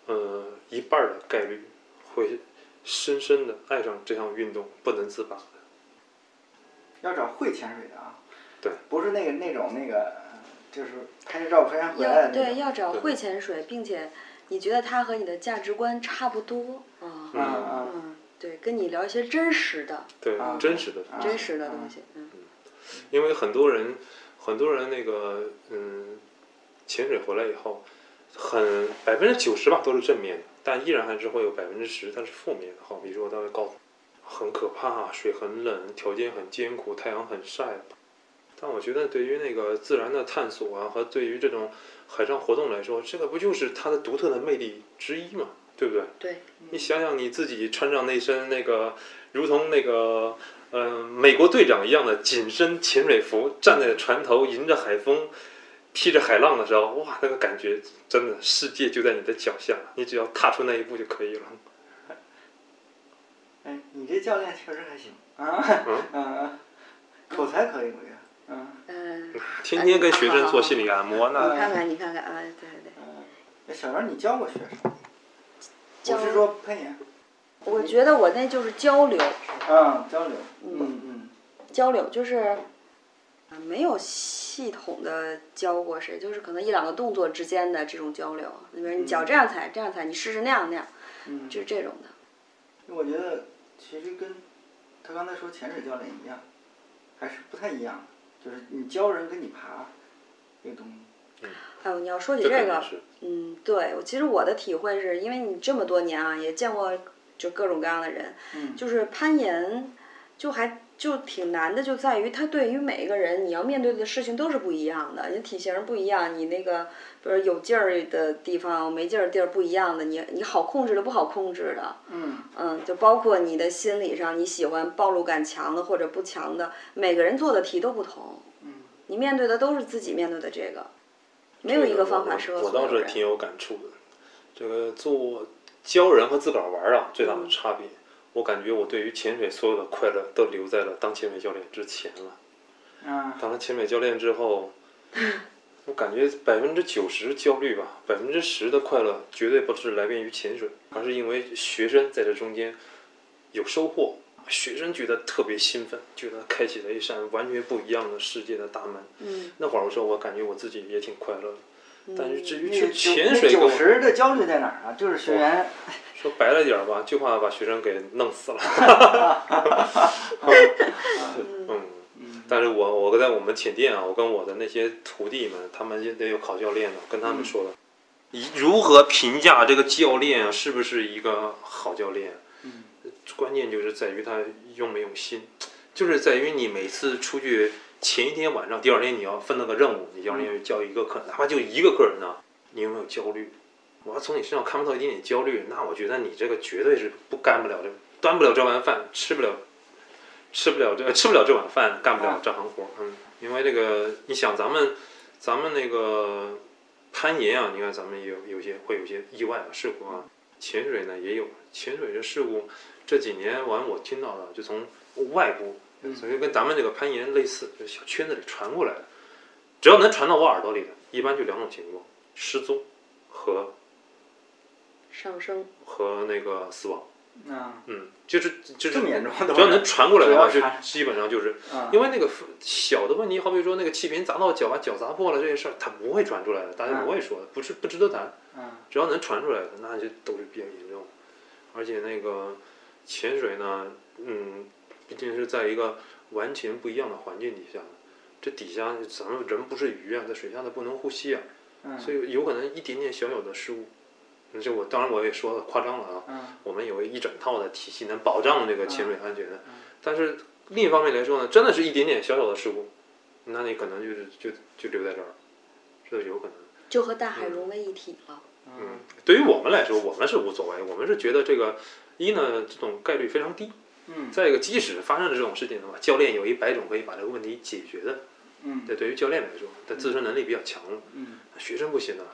1半的概率会深深的爱上这项运动，不能自拔的。 要找会潜水的啊。 对。 不是那种就是拍着照片回来的。 对，要找会潜水，并且你觉得他和你的价值观差不多对，跟你聊一些真实的。 对，真实的东西。 因为很多人那个潜水回来以后，90%吧都是正面的，但依然还是会有10%它是负面的。好，比如说他会告诉很可怕，水很冷，条件很艰苦，太阳很晒。但我觉得对于那个自然的探索啊，和对于这种海上活动来说，这个不就是它的独特的魅力之一嘛，对不对？ 对。 你想想你自己穿上那身那个如同那个美国队长一样的紧身潜水服，站在船头迎着海风，踢着海浪的时候，哇，那个感觉真的世界就在你的脚下，你只要踏出那一步就可以了。 哎，你这教练确实还行啊，口才可以，我觉得。 天天跟学生做心理按摩呢。 你看看啊， 对。小袁，你教过学生？我是说攀岩。 我觉得我那就是交流。 交流。 交流就是没有系统的教过谁，就是可能1-2个动作之间的这种交流。比如你脚这样踩，你试试那样，就是这种的。 我觉得其实跟他刚才说潜水教练一样，还是不太一样的。就是你教人跟你爬这个东西。 哎呦，你要说起这个，对，其实我的体会是因为你这么多年啊，也见过就各种各样的人，就是攀岩就挺难的，就在于它对于每一个人你要面对的事情都是不一样的，你体型不一样，你那个比如有劲儿的地方没劲儿的地儿不一样的，你好控制的不好控制的，就包括你的心理上，你喜欢暴露感强的或者不强的，每个人做的题都不同，你面对的都是自己面对的这个，没有一个方法适合所有人。 我倒是挺有感触的，这个教人和自个儿玩啊，最大的差别。我感觉我对于潜水所有的快乐都留在了当潜水教练之前了。当了潜水教练之后，我感觉90%焦虑吧，10%的快乐绝对不是来源于潜水，而是因为学生在这中间有收获，学生觉得特别兴奋，觉得开启了一扇完全不一样的世界的大门。那会儿的时候，我感觉我自己也挺快乐的。但是至于去潜水 ，90%的焦虑在哪儿啊？就是学员。 说白了点吧，就怕把学生给弄死了。但是我在我们潜店啊，我跟我的那些徒弟们，他们也得有考教练的，跟他们说的，如何评价这个教练是不是一个好教练？ 关键就是在于他用没用心，就是在于你每次出去前一天晚上，第二天你要分了个任务，你第二天要教一个课，哪怕就一个客人呢，你有没有焦虑？我要从你身上看不到一点点焦虑，那我觉得你这个绝对是干不了这，端不了这碗饭，吃不了这碗饭，干不了这行活。因为这个，你想咱们那个攀岩啊，你看咱们也有些意外事故啊，潜水呢也有，潜水的事故这几年我听到的就从外部，所以跟咱们这个攀岩类似，就小圈子里传过来的，只要能传到我耳朵里的，一般就两种情况：失踪和上升和那个死亡。就是这么严重， 只要能传过来的话，就基本上就是，因为那个小的问题，好比说那个气瓶砸到脚，把脚砸破了这些事儿，它不会传出来的，大家不会说的，不值得谈。只要能传出来的，那就都是比较严重。而且那个潜水呢，毕竟是在一个完全不一样的环境底下，这底下咱们人不是鱼啊，在水下的不能呼吸啊，所以有可能一点点小小的失误。这当然我也说的夸张了啊，我们有一整套的体系能保障这个潜水安全的，但是另一方面来说呢，真的是一点点小小的事故，那你可能就留在这儿，这有可能就和大海融为一体了。 对于我们来说，我们是无所谓，我们是觉得这个一呢，这种概率非常低，再一个即使发生了这种事情的话，教练有100种可以把这个问题解决的，这对于教练来说，他自身能力比较强了，学生不行啊，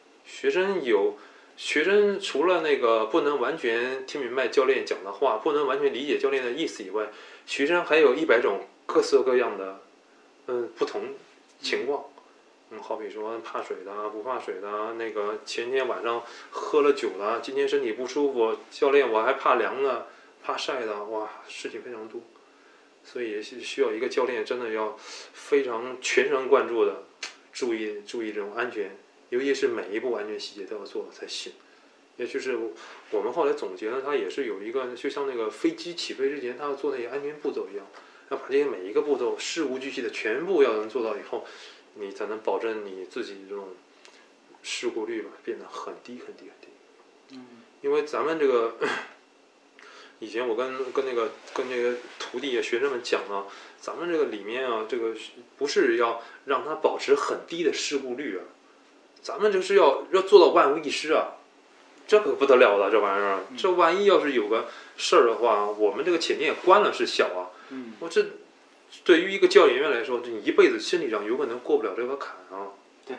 学生除了那个不能完全听明白教练讲的话，不能完全理解教练的意思以外，学生还有100种各色各样的不同情况。好比说怕水的、不怕水的，那个前天晚上喝了酒的，今天身体不舒服，教练我还怕凉的、怕晒的，哇，事情非常多，所以需要一个教练真的要非常全神贯注的注意这种安全。尤其是每一步安全细节都要做才行，也就是我们后来总结了，它也是有一个，就像那个飞机起飞之前，它要做那些安全步骤一样，要把这些每一个步骤事无巨细的全部要能做到以后，你才能保证你自己这种事故率吧变得很低很低很低。因为咱们这个以前我跟那个徒弟学生们讲啊，咱们这个里面啊，这个不是要让它保持很低的事故率啊。咱们这是要做到万无一失啊，这可不得了了，这玩意儿，这万一要是有个事儿的话，我们这个潜店关了是小啊，我这对于一个教研员来说，这你一辈子心理上有可能过不了这个坎啊。 对。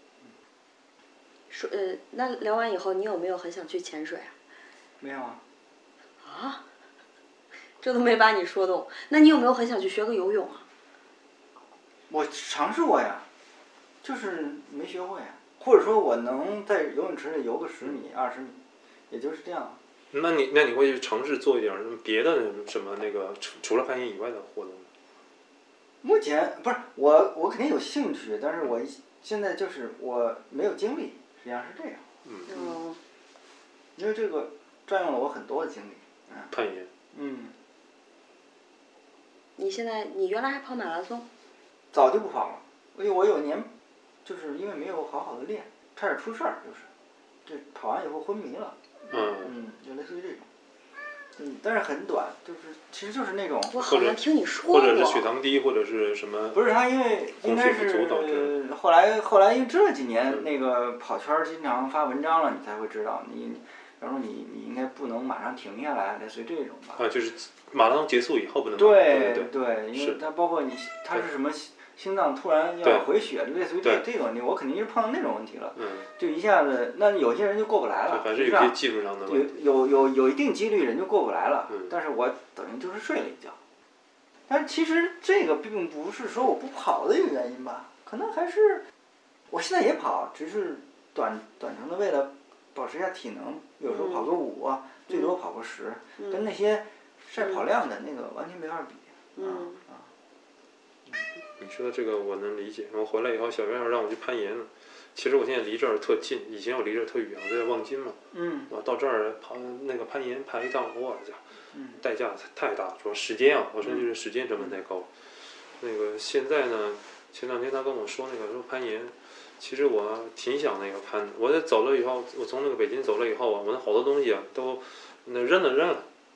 那聊完以后，你有没有很想去潜水啊？ 没有啊。 啊？这都没把你说动，那你有没有很想去学个游泳啊？ 我尝试过呀，就是没学会呀。或者说我能在游泳池里游个10米、20米，也就是这样。 那你会尝试做一点别的什么那个除了攀岩以外的活动吗？ 目前不是我肯定有兴趣，但是我现在就是我没有精力，实际上是这样。因为这个占用了我很多的精力。 攀岩。 你原来还跑马拉松？ 早就不跑了，因为我有年。就是因为没有好好的练，差点出事儿，就是，这跑完以后昏迷了，就类似于这种，但是很短，其实就是那种， 我好像听你说过， 或者是血糖低，或者是什么， 不是他，因为应该是后来因为这几年那个跑圈经常发文章了，你才会知道，比方说你应该不能马上停下来，类似于这种吧。 就是马拉松结束以后不能。 对，因为它包括它是什么？心脏突然要回血，类似于这种问题，我肯定是碰到那种问题了，就一下子，那有些人就过不来了， 还是有些技术上的问题， 有一定几率人就过不来了，但是我等于就是睡了一觉，但其实这个并不是说我不跑的一个原因吧，可能还是我现在也跑，只是短程的为了保持一下体能，有时候跑个5，最多跑个10，跟那些晒跑量的那个完全没法比， 你说的这个我能理解。我回来以后，小院让我去攀岩了。其实我现在离这儿特近，以前我离这儿特远，我在望京嘛。我到这儿跑那个攀岩爬一趟，我操，代价太大，主要时间啊，我说就是时间成本太高。那个现在呢，前2天他跟我说说攀岩，其实我挺想那个攀的。我走了以后，我从那个北京走了以后啊，我那好多东西啊都扔了，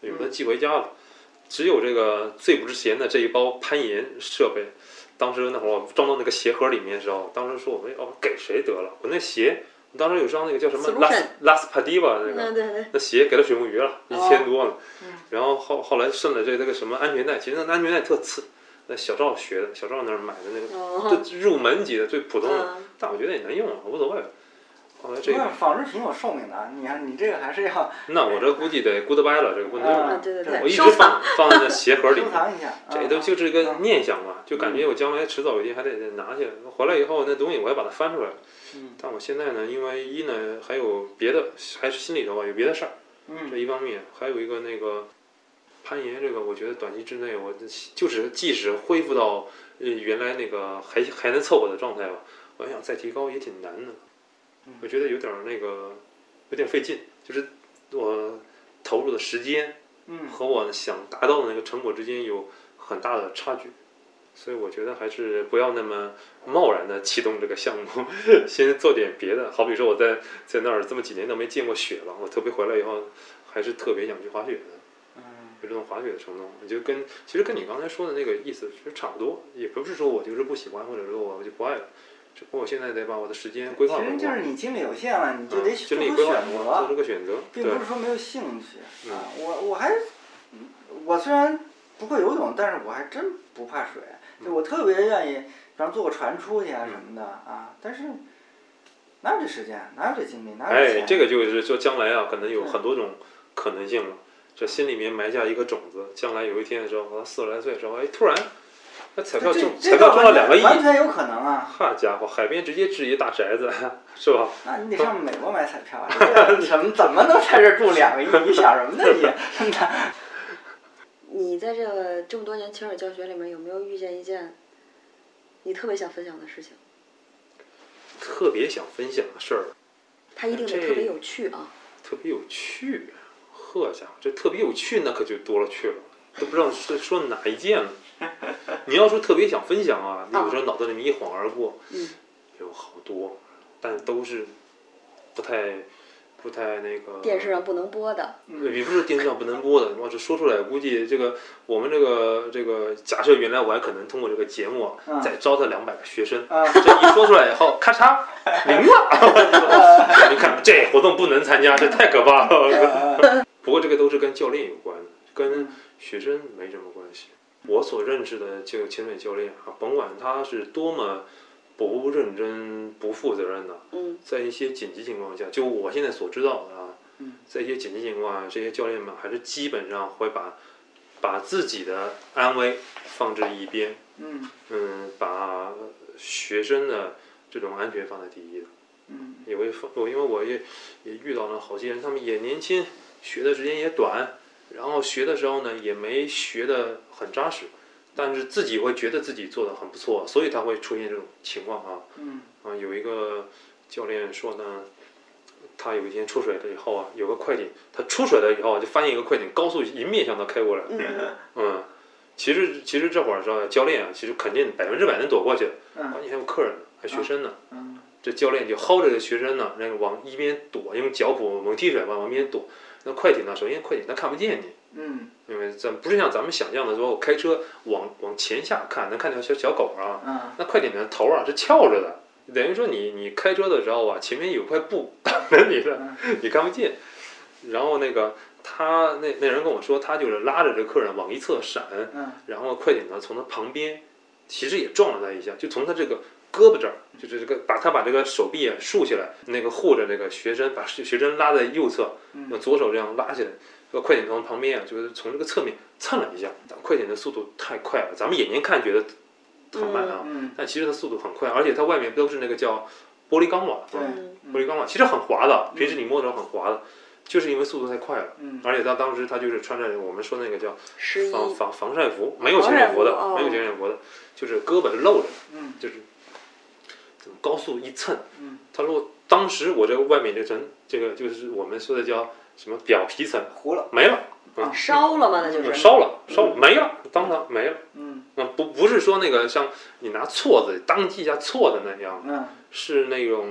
有的寄回家了。只有这个最不值钱的这一包攀岩设备，当时那会儿我装到那个鞋盒里面的时候，当时说我给谁得了？我那鞋，我当时有双那个叫什么拉斯帕蒂吧那个，那鞋给了水木鱼了，1000多呢。然后后来剩了这个什么安全带，其实那安全带特次，那小赵学的，小赵那儿买的那个，最入门级的最普通的，但我觉得也能用，无所谓。后来这个纺织品有寿命的，你看你这个还是要。 那我这估计得 goodbye 了，这个不能用了。 对， 我一直放在那鞋盒里。 收藏一下。 这都就是个念想嘛，就感觉我将来迟早有一天还得拿去。回来以后那东西我要把它翻出来。但我现在呢，因为一呢还有别的，还是心里头有别的事儿。这一方面，还有一个那个攀岩，这个我觉得短期之内我就是即使恢复到原来那个还能凑合的状态吧，我想再提高也挺难的。我觉得有点那个，有点费劲，就是我投入的时间，和我想达到的那个成果之间有很大的差距，所以我觉得还是不要那么贸然的启动这个项目，先做点别的。好比说我在那儿这么几年都没见过雪了，我特别回来以后还是特别想去滑雪的，有这种滑雪的冲动，就其实跟你刚才说的那个意思其实差不多，也不是说我就是不喜欢，或者说我就不爱了。只不过我现在得把我的时间规划好。 其实就是你精力有限了，你就得做出选择， 做这个选择， 并不是说没有兴趣啊。我虽然不会游泳，但是我还真不怕水，就我特别愿意，比方坐个船出去啊什么的啊。但是哪有这时间，哪有这精力，哪有这钱？ 这个就是说将来啊，可能有很多种可能性了。这心里面埋下一个种子，将来有一天的时候，我40来岁的时候，突然。那彩票中了2个亿， 完全有可能啊！ 好家伙，海边直接置一大宅子，是吧？ 那你得上美国买彩票啊！怎么能在这住2个亿？你想什么呢你？真的。 你在这么多年亲耳教学里面，有没有遇见一件你特别想分享的事情？ 特别想分享的事儿， 它一定得特别有趣啊！ 特别有趣，呵家伙，这特别有趣那可就多了去了，都不知道说哪一件了。你要说特别想分享啊，你有时候脑子里面一晃而过，有好多，但都是不太那个。 电视上不能播的。 也不是电视上不能播的，我这说出来，估计这个我们这个假设原来我还可能通过这个节目再招他200个学生，这一说出来以后，咔嚓0了，你看这活动不能参加，这太可怕了。不过这个都是跟教练有关的，跟学生没什么关系。我所认识的这个潜水教练啊，甭管他是多么不认真、不负责任的，在一些紧急情况下，就我现在所知道的啊，在一些紧急情况下，这些教练们还是基本上会把自己的安危放置一边，把学生的这种安全放在第一的，因为我也遇到了好些人，他们也年轻，学的时间也短。然后学的时候呢，也没学得很扎实，但是自己会觉得自己做得很不错，所以他会出现这种情况啊。有一个教练说呢，他有一天出水了以后啊，有个快艇，他出水了以后就发现一个快艇高速迎面向他开过来，其实这会儿说教练啊，其实肯定100%能躲过去的，关键还有客人呢，还学生呢，这教练就薅着这学生呢，那个往一边躲，用脚蹼猛踢水往一边躲。那快艇呢？首先快艇它看不见你，因为不是像咱们想象的说，我开车往前下看能看见小狗啊，那快艇的头啊是翘着的，等于说你开车的时候啊，前面有块布挡着你的，你看不见。然后那个他那人跟我说，他就是拉着这客人往一侧闪，然后快艇呢从他旁边其实也撞了他一下，就从他这个胳膊这儿，就是这个把这个手臂啊竖起来，那个护着这个学生，把学生拉在右侧，用左手这样拉起来。这个快艇从旁边啊，就是从这个侧面蹭了一下。快艇的速度太快了，咱们眼睛看觉得很慢啊，但其实它速度很快，而且它外面都是那个叫玻璃钢瓦，玻璃钢瓦其实很滑的，平时你摸着很滑的。就是因为速度太快了，而且他当时他就是穿着我们说那个叫防晒服，没有潜水服的，没有潜水服的，就是胳膊是露着，就是高速一蹭，他说当时我这个外面这层这个就是我们说的叫什么表皮层糊了， 没了， 烧了吗？那就是烧了没了，当场没了，不是说那个像你拿锉子当击一下锉的那样，是那种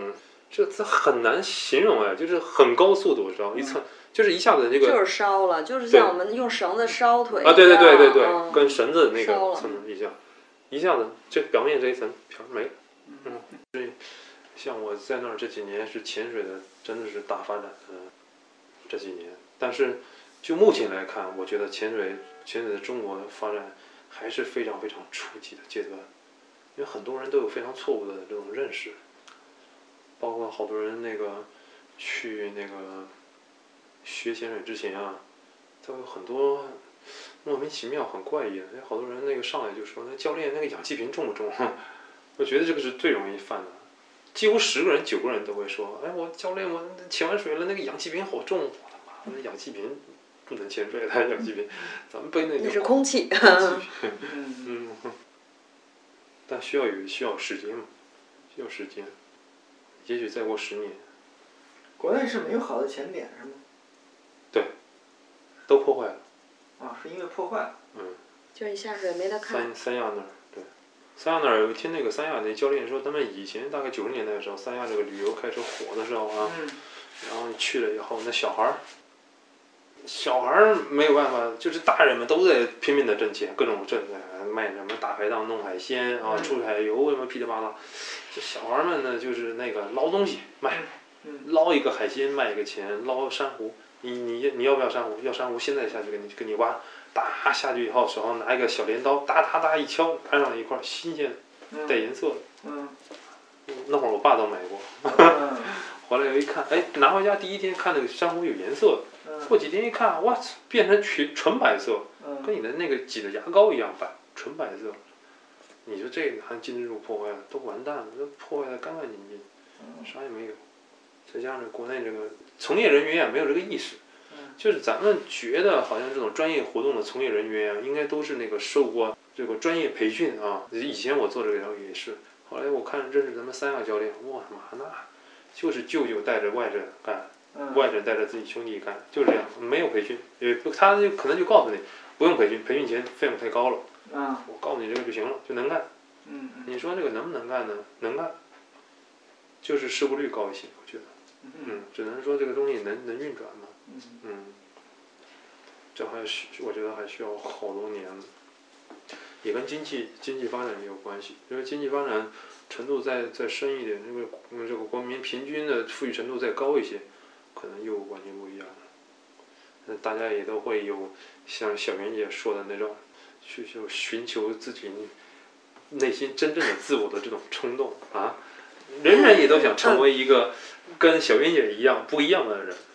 这很难形容哎，就是很高速度烧，一蹭就是一下子那个就是烧了，就是像我们用绳子烧腿啊，对，跟绳子那个蹭一下子这表面这一层皮没了。像我在那儿这几年是潜水的，真的是大发展的这几年。但是就目前来看，我觉得潜水在中国的发展还是非常非常初级的阶段，因为很多人都有非常错误的这种认识，包括好多人那个去那个学潜水之前啊，都有很多莫名其妙很怪异的，好多人那个上来就说那教练那个氧气瓶重不重？我觉得这个是最容易犯的。几乎10个人9个人都会说，哎，我教练我潜完水了，那个氧气瓶好重，我的妈，那氧气瓶不能潜水的氧气瓶，咱们背那是空气。 但需要时间嘛，需要时间，也许再过10年。 国内是没有好的潜点是吗？ 对，都破坏了。 啊，是因为破坏。 就是你下水没得看。 三亚那儿。三亚那儿有听那个三亚那教练说，他们以前大概90年代的时候，三亚这个旅游开始火的时候啊，然后你去了以后，那小孩儿没有办法，就是大人们都在拼命的挣钱，各种挣，卖什么大排档弄海鲜啊，出海游什么噼里啪啦，这小孩们呢就是那个捞东西卖，捞一个海鲜卖一个钱，捞珊瑚，你要不要珊瑚？要珊瑚现在下去给你挖。打下去以后，手上拿一个小镰刀，哒一敲，安上一块新鲜带颜色的。那会儿我爸都买过。回来我一看，哎，拿回家第一天看那个珊瑚有颜色，过几天一看，哇，变成纯白色，跟你的那个挤的牙膏一样白，纯白色。你说这拿金蜘蛛破坏了，都完蛋了，都破坏的干干净净，啥也没有。再加上国内这个从业人员也没有这个意识。就是咱们觉得好像这种专业活动的从业人员啊，应该都是那个受过这个专业培训啊。以前我做这个也是，后来我看认识咱们三亚教练，哇妈，那就是舅舅带着外甥干，外甥带着自己兄弟干，就是这样，没有培训，他就可能就告诉你不用培训，培训钱费用太高了。我告诉你这个就行了，就能干。你说这个能不能干呢？能干，就是事故率高一些，我觉得。只能说这个东西能运转嘛。这我觉得还需要好多年，也跟经济发展也有关系。因为经济发展程度再深一点，这个国民平均的富裕程度再高一些，可能又完全不一样了。大家也都会有像小袁姐说的那种，去寻求自己内心真正的自我的这种冲动啊。人人也都想成为一个跟小袁姐一样不一样的人。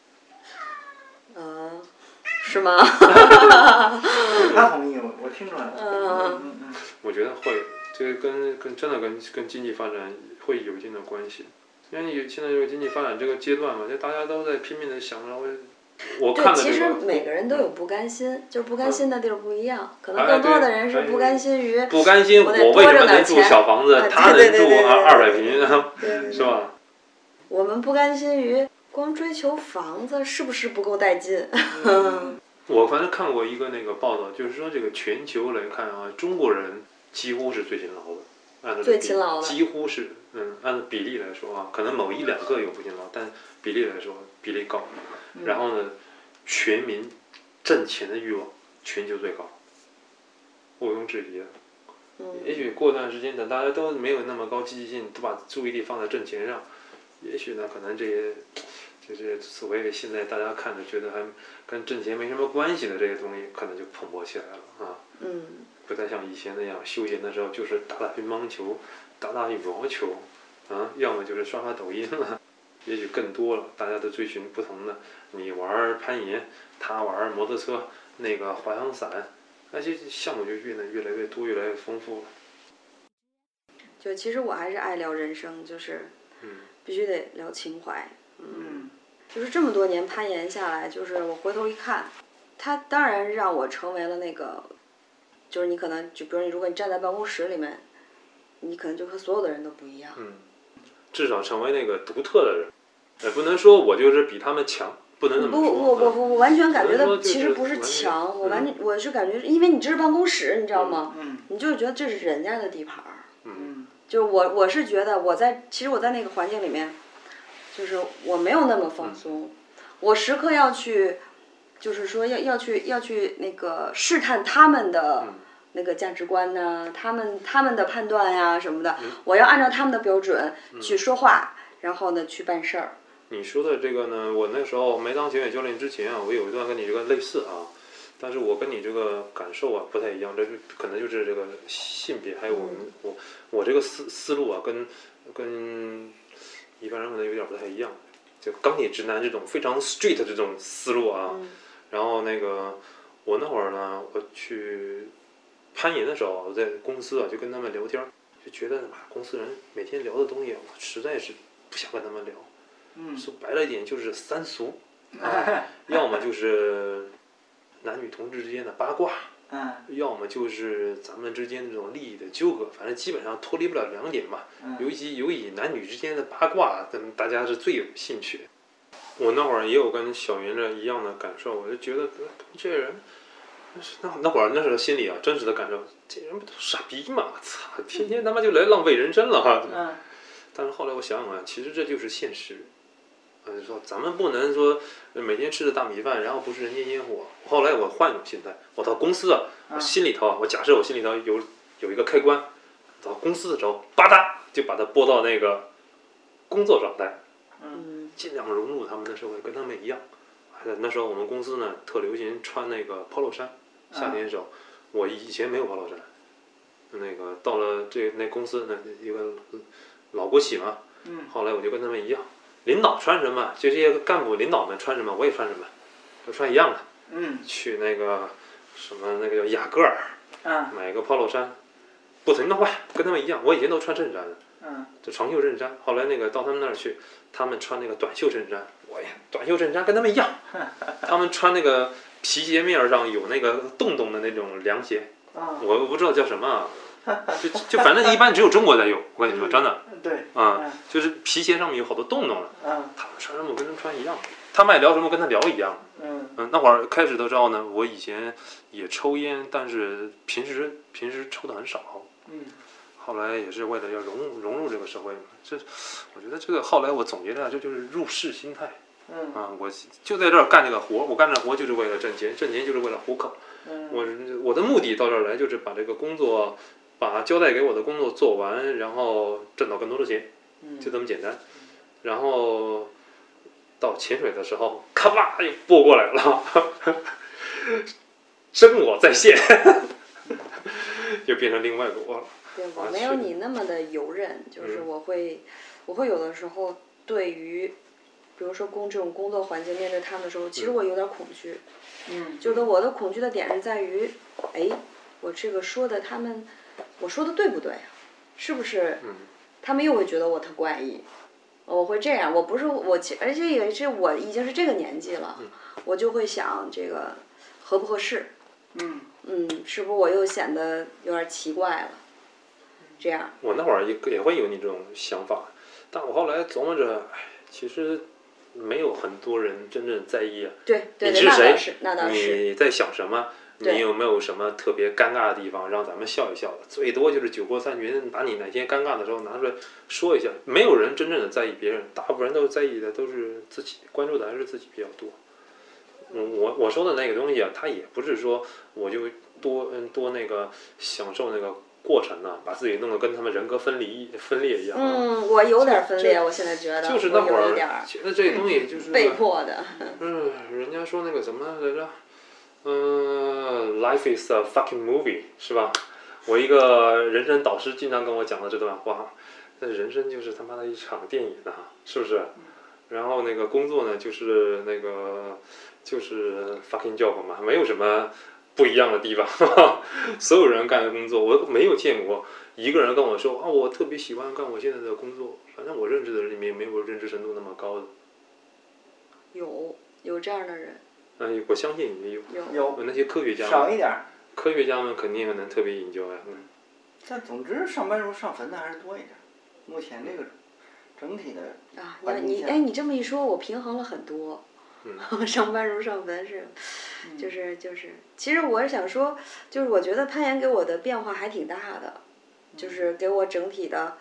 是吗？ 他同意，我听出来了。 我觉得会，这个真的跟经济发展会有一定的关系。因为现在这个经济发展这个阶段嘛，就大家都在拼命的想着我看的这个。 对，其实每个人都有不甘心，就是不甘心的地儿不一样。可能更多的人是不甘心于不甘心我为什么能住小房子，他能住200平，是吧？ 我们不甘心于光追求房子是不是不够带劲？ 我反正看过一个那个报道，就是说这个全球来看啊，中国人几乎是最勤劳的，按照最勤劳的， 几乎是按照比例来说啊，可能某1-2个有不勤劳，但比例来说比例高。然后呢，全民挣钱的欲望全球最高，毋庸置疑的。也许过段时间等大家都没有那么高积极性，都把注意力放在挣钱上，也许呢，可能这些就是所谓现在大家看着觉得还跟挣钱没什么关系的这些东西，可能就蓬勃起来了啊。不再像以前那样休闲的时候就是打乒乓球、打羽毛球啊，要么就是刷抖音了。也许更多了，大家都追寻不同的。你玩攀岩，他玩摩托车，那个滑翔伞，那些项目就越来越多，越来越丰富了。 就其实我还是爱聊人生，就是必须得聊情怀。就是这么多年攀岩下来，就是我回头一看，它当然让我成为了那个，就是你可能就比如如果你站在办公室里面，你可能就和所有的人都不一样。 至少成为那个独特的人，也不能说我就是比他们强，不能那么说。 我完全感觉到其实不是强，我是感觉，因为你这是办公室，你知道吗？你就是觉得这是人家的地盘儿。 就是我是觉得其实我在那个环境里面，就是我没有那么放松，我时刻要去，就是说要去那个试探他们的那个价值观呐，他们的判断呀什么的，我要按照他们的标准去说话，然后呢去办事儿。 你说的这个呢，我那时候没当潜水教练之前啊，我有一段跟你这个类似啊，但是我跟你这个感受啊不太一样，这是可能就是这个性别还有我这个思路啊跟一般人可能有点不太一样，就钢铁直男这种非常 straight 这种思路啊，然后那个我那会儿呢，我去攀岩的时候，我在公司啊就跟他们聊天，就觉得公司人每天聊的东西，我实在是不想跟他们聊。说白了一点就是三俗，要么就是男女同志之间的八卦，要么就是咱们之间这种利益的纠葛，反正基本上脱离不了2点吧。尤以男女之间的八卦，大家是最有兴趣。我那会儿也有跟小云这一样的感受，我就觉得这人，那会儿那时候心里啊真实的感受，这人不都傻逼吗？操，天天他妈就来浪费人生了哈。但是后来我想想啊，其实这就是现实。说咱们不能说每天吃着大米饭，然后不是人间烟火。后来我换一种心态，我到公司我心里头，我假设我心里头有一个开关，到公司的时候，吧嗒就把它拨到那个工作状态，尽量融入他们的社会，跟他们一样。那时候我们公司呢特流行穿那个 polo 衫，夏天的时候，我以前没有 polo 衫，那个到了那公司那一个老国企嘛，后来我就跟他们一样。领导穿什么，就这些干部领导们穿什么，我也穿什么，都穿一样的。去那个什么那个叫雅戈尔，买个 polo 衫，不停的换，跟他们一样。我以前都穿衬衫的，就长袖衬衫。后来那个到他们那儿去，他们穿那个短袖衬衫，我短袖衬衫跟他们一样。他们穿那个皮鞋面上有那个洞洞的那种凉鞋，我不知道叫什么。就反正一般只有中国在用，我跟你说真的。 对。 就是皮鞋上面有好多洞洞了。他们穿什么跟他们穿一样，他们爱聊什么跟他聊一样。那会儿开始的时候呢，我以前也抽烟，但是平时抽的很少。后来也是为了要融入这个社会嘛。我觉得这个后来我总结的这就是入世心态。我就在这儿干这个活，我干这活就是为了挣钱，挣钱就是为了糊口。我的目的到这儿来就是把这个工作。把交代给我的工作做完，然后挣到更多的钱，就这么简单。然后到潜水的时候，咔吧又拨过来了，真我在线，就变成另外一个我了。 对，我没有你那么的游刃，就是我会有的时候对于，比如说这种工作环境面对他们的时候，其实我有点恐惧。就是我的恐惧的点是在于，我这个说的我说的对不对？是不是？他们又会觉得我特怪异，我会这样。我不是而且也是我已经是这个年纪了，我就会想这个合不合适？是不是我又显得有点奇怪了？这样。 我那会儿也会有你这种想法，但我后来琢磨着，其实没有很多人真正在意啊。 对， 你是谁？ 那倒是。 你在想什么？你有没有什么特别尴尬的地方让咱们笑一笑的？最多就是酒过3巡，把你哪天尴尬的时候拿出来说一下。没有人真正的在意别人，大部分人都在意的都是自己，关注的还是自己比较多。我说的那个东西啊，它也不是说我就多那个享受那个过程呢，把自己弄得跟他们人格分裂一样。 我有点分裂，我现在觉得就是那会儿觉得这东西就是被迫的。 人家说那个什么来着？Life is a fucking movie， 是吧？我一个人生导师经常跟我讲的这段话，人生就是他妈的一场电影啊，是不是？然后那个工作呢，就是fucking job 嘛，没有什么不一样的地方。所有人干的工作，我没有见过一个人跟我说我特别喜欢干我现在的工作。反正我认识的人里面没有认知程度那么高的。 有这样的人。 我相信也有那些科学家少一点。 科学家们肯定能特别研究呀。 但总之上班时候上坟的还是多一点。目前这个整体的你这么一说，我平衡了很多。上班如上坟是，就是，其实我是想说，就是我觉得攀岩给我的变化还挺大的。 就是给我整体的，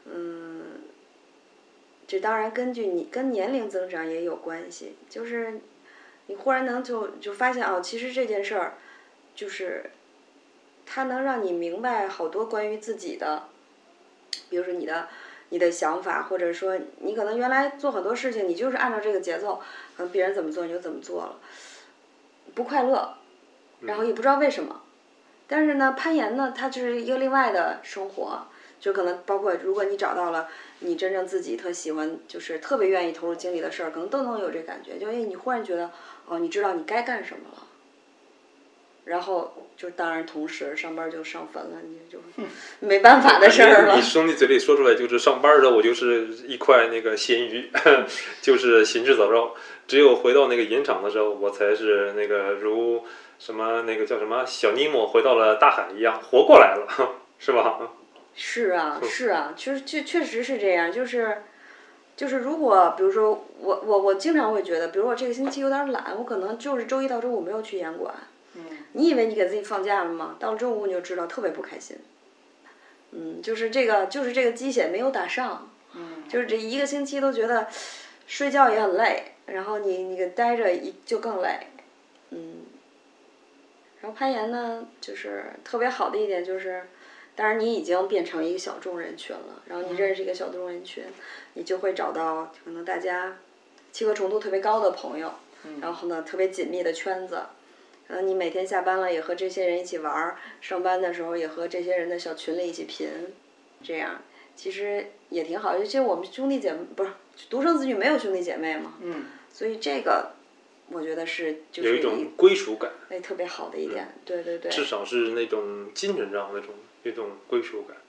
这当然根据你跟年龄增长也有关系，就是你忽然能就发现哦，其实这件事儿，就是它能让你明白好多关于自己的，比如说你的想法，或者说你可能原来做很多事情，你就是按照这个节奏，可能别人怎么做你就怎么做了，不快乐，然后也不知道为什么。但是呢，攀岩呢，它就是一个另外的生活，就可能包括如果你找到了你真正自己特喜欢，就是特别愿意投入精力的事儿，可能都能有这感觉，就因为你忽然觉得哦，你知道你该干什么了。然后就当然同时上班就上坟了，你就没办法的事儿了。 你兄弟嘴里说出来就是上班的时候我就是一块那个咸鱼，就是行尸走肉。只有回到那个岩场的时候，我才是那个如什么那个叫什么小尼莫回到了大海一样活过来了，是吧？ 是啊，是啊，确实是这样，就是如果比如说我经常会觉得，比如我这个星期有点懒，我可能就是周一到周五没有去岩馆。你以为你给自己放假了吗？到了周五你就知道特别不开心。就是这个鸡血没有打上。就是这一个星期都觉得睡觉也很累，然后你给待着就更累。然后攀岩呢，就是特别好的一点就是，当然你已经变成一个小众人群了，然后你认识一个小众人群，你就会找到可能大家契合程度特别高的朋友，然后呢特别紧密的圈子。你每天下班了也和这些人一起玩，上班的时候也和这些人的小群里一起拼，这样其实也挺好。尤其我们兄弟姐妹不是独生子女没有兄弟姐妹嘛，所以这个我觉得就是有一种归属感， 那特别好的一点，对对对。 至少是那种精神上那种一种归属感。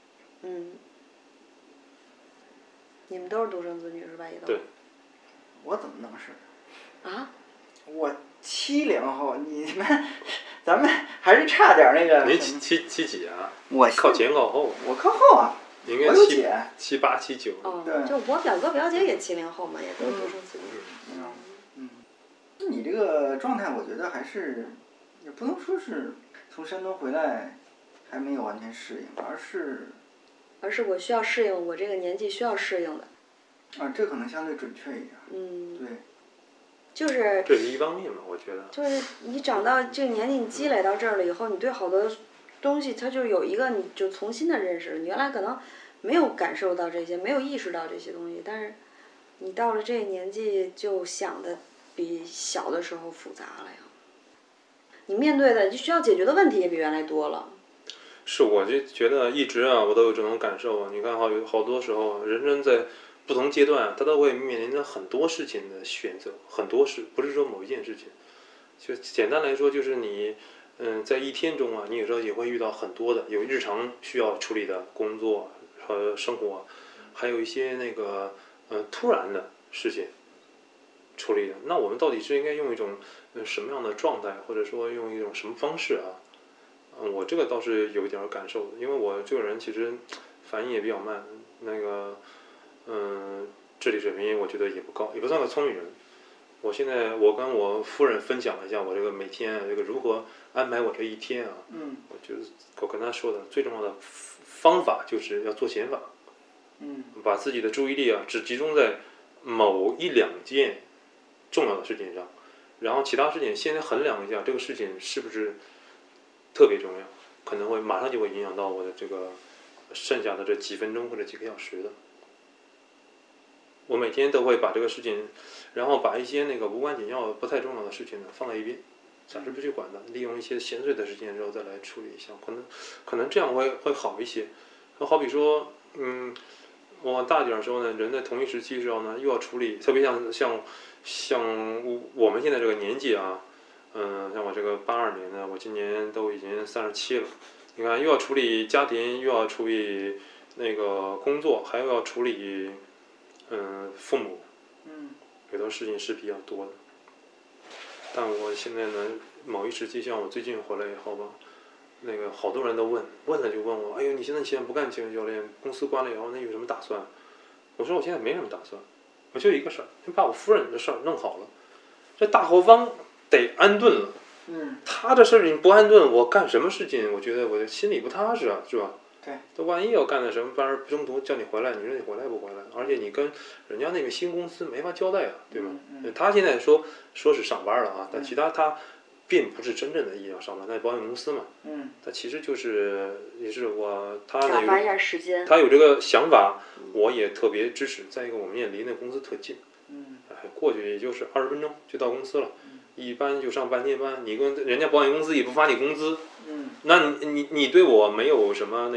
你们都是独生子女是吧？也都。 对。 我怎么能是？ 啊？ 我70后，咱们还是差点那个。 您七几啊？ 我靠前靠后。 我靠后啊。 应该7、8、7、9。 就我表哥表姐也70后嘛，也都是独生子女。 你这个状态，我觉得还是也不能说是从山东回来还没有完全适应， 而是我需要适应，我这个年纪需要适应的。 这可能相对准确一点。对。 就是这是一方面嘛，我觉得。 就是你长到这个年纪，你积累到这儿了以后，你对好多东西，它就有一个你就重新的认识。你原来可能没有感受到这些，没有意识到这些东西，但是你到了这个年纪，就想的比小的时候复杂了呀。你面对的、你需要解决的问题也比原来多了。 是，我就觉得一直我都有这种感受。你看有好多时候，人在不同阶段，他都会面临着很多事情的选择，很多事，不是说某一件事情。就简单来说，就是你，在一天中你有时候也会遇到很多的有日常需要处理的工作和生活，还有一些那个突然的事情处理的。那我们到底是应该用一种什么样的状态，或者说用一种什么方式啊？我这个倒是有一点感受的，因为我这个人其实反应也比较慢，那个。智力水平我觉得也不高，也不算个聪明人。我现在我跟我夫人分享了一下我这个每天这个如何安排我这一天我觉得我跟她说的最重要的方法就是要做减法。把自己的注意力只集中在某1、2件重要的事情上，然后其他事情先衡量一下这个事情是不是特别重要，可能会马上就会影响到我的这个剩下的这几分钟或者几个小时的。我每天都会把这个事情，然后把一些那个无关紧要、不太重要的事情呢放在一边，暂时不去管它，利用一些闲碎的时间之后再来处理一下，可能这样会好一些。好比说，我大点的时候呢，人在同一时期的时候呢，又要处理，特别像我们现在这个年纪像我这个82年的，我今年都已经37了。你看，又要处理家庭，又要处理那个工作，还要处理父母，有的事情是比较多的。但我现在呢，某一时期，像我最近回来以后吧，那个好多人都问了就问我，哎呦，你现在不干健身教练，公司关了以后，那有什么打算？我说我现在没什么打算，我就一个事儿，就把我夫人的事儿弄好了。这大后方得安顿了，他的事儿你不安顿，我干什么事情？我觉得我的心里不踏实是吧？ 对。 那万一要干的什么班中途叫你回来，你说你回来不回来？而且你跟人家那个新公司没法交代啊，对吧？他现在说是上班了啊，但其他并不是真正的意义上上班，在保险公司嘛。他其实也是他打发一下时间。 他有这个想法，我也特别支持。再一个，我们也离那公司特近。过去也就是20分钟就到公司了。一般就上半天班，你跟人家保险公司也不发你工资，那你对我没有什么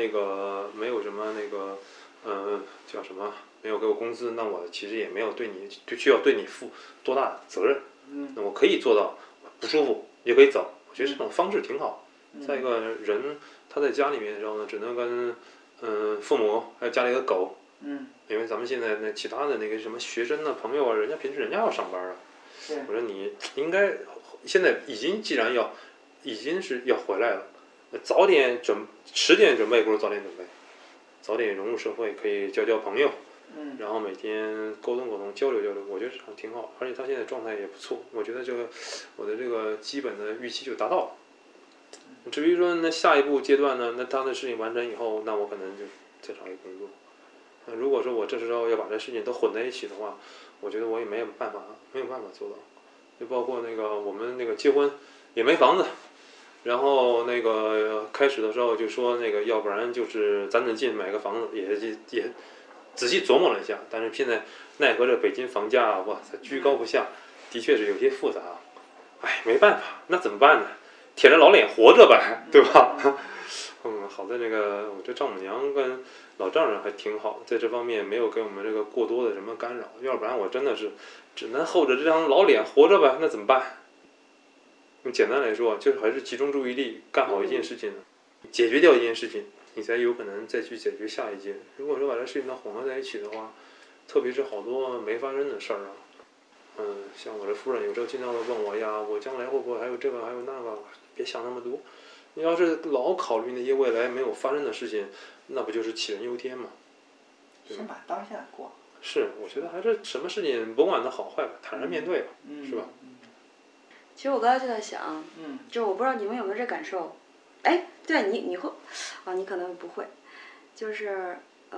叫什么，没有给我工资，那我其实也没有需要对你负多大的责任，那我可以做到不舒服也可以走，我觉得这种方式挺好。再一个人他在家里面的时候呢，只能跟父母还有家里的狗，因为咱们现在那其他的那个什么学生啊朋友啊，人家平时人家要上班啊。我说你应该现在已经是要回来了，早点迟点准备不如早点准备，早点融入社会，可以交朋友，然后每天沟通交流，我觉得这样挺好，而且他现在状态也不错，我觉得我的这个基本的预期就达到了。至于说那下一步阶段呢，那他的事情完成以后，那我可能就再找一个工作。如果说我这时候要把这事情都混在一起的话，我觉得我也没有办法做到。就包括那个我们那个结婚也没房子，然后那个开始的时候就说那个要不然就是攒劲买个房子，也仔细琢磨了一下，但是现在奈何这北京房价哇塞居高不下，的确是有些复杂。没办法，那怎么办呢？舔着老脸活着呗，对吧？好在那个我这丈母娘跟老丈人还挺好，在这方面没有给我们这个过多的什么干扰，要不然我真的是只能厚着这张老脸活着呗，那怎么办？简单来说，就是还是集中注意力干好一件事情，解决掉一件事情，你才有可能再去解决下一件。如果说把这事情都混合在一起的话，特别是好多没发生的事儿啊，像我这夫人有时候经常会问我呀，我将来会不会还有这个还有那个，别想那么多。你要是老考虑那些未来没有发生的事情，那不就是杞人忧天吗？ 先把当下过。 是，我觉得还是什么事情甭管它好坏吧，坦然面对吧，是吧？ 其实我刚才就在想，就是我不知道你们有没有这感受，对你会啊，你可能不会，就是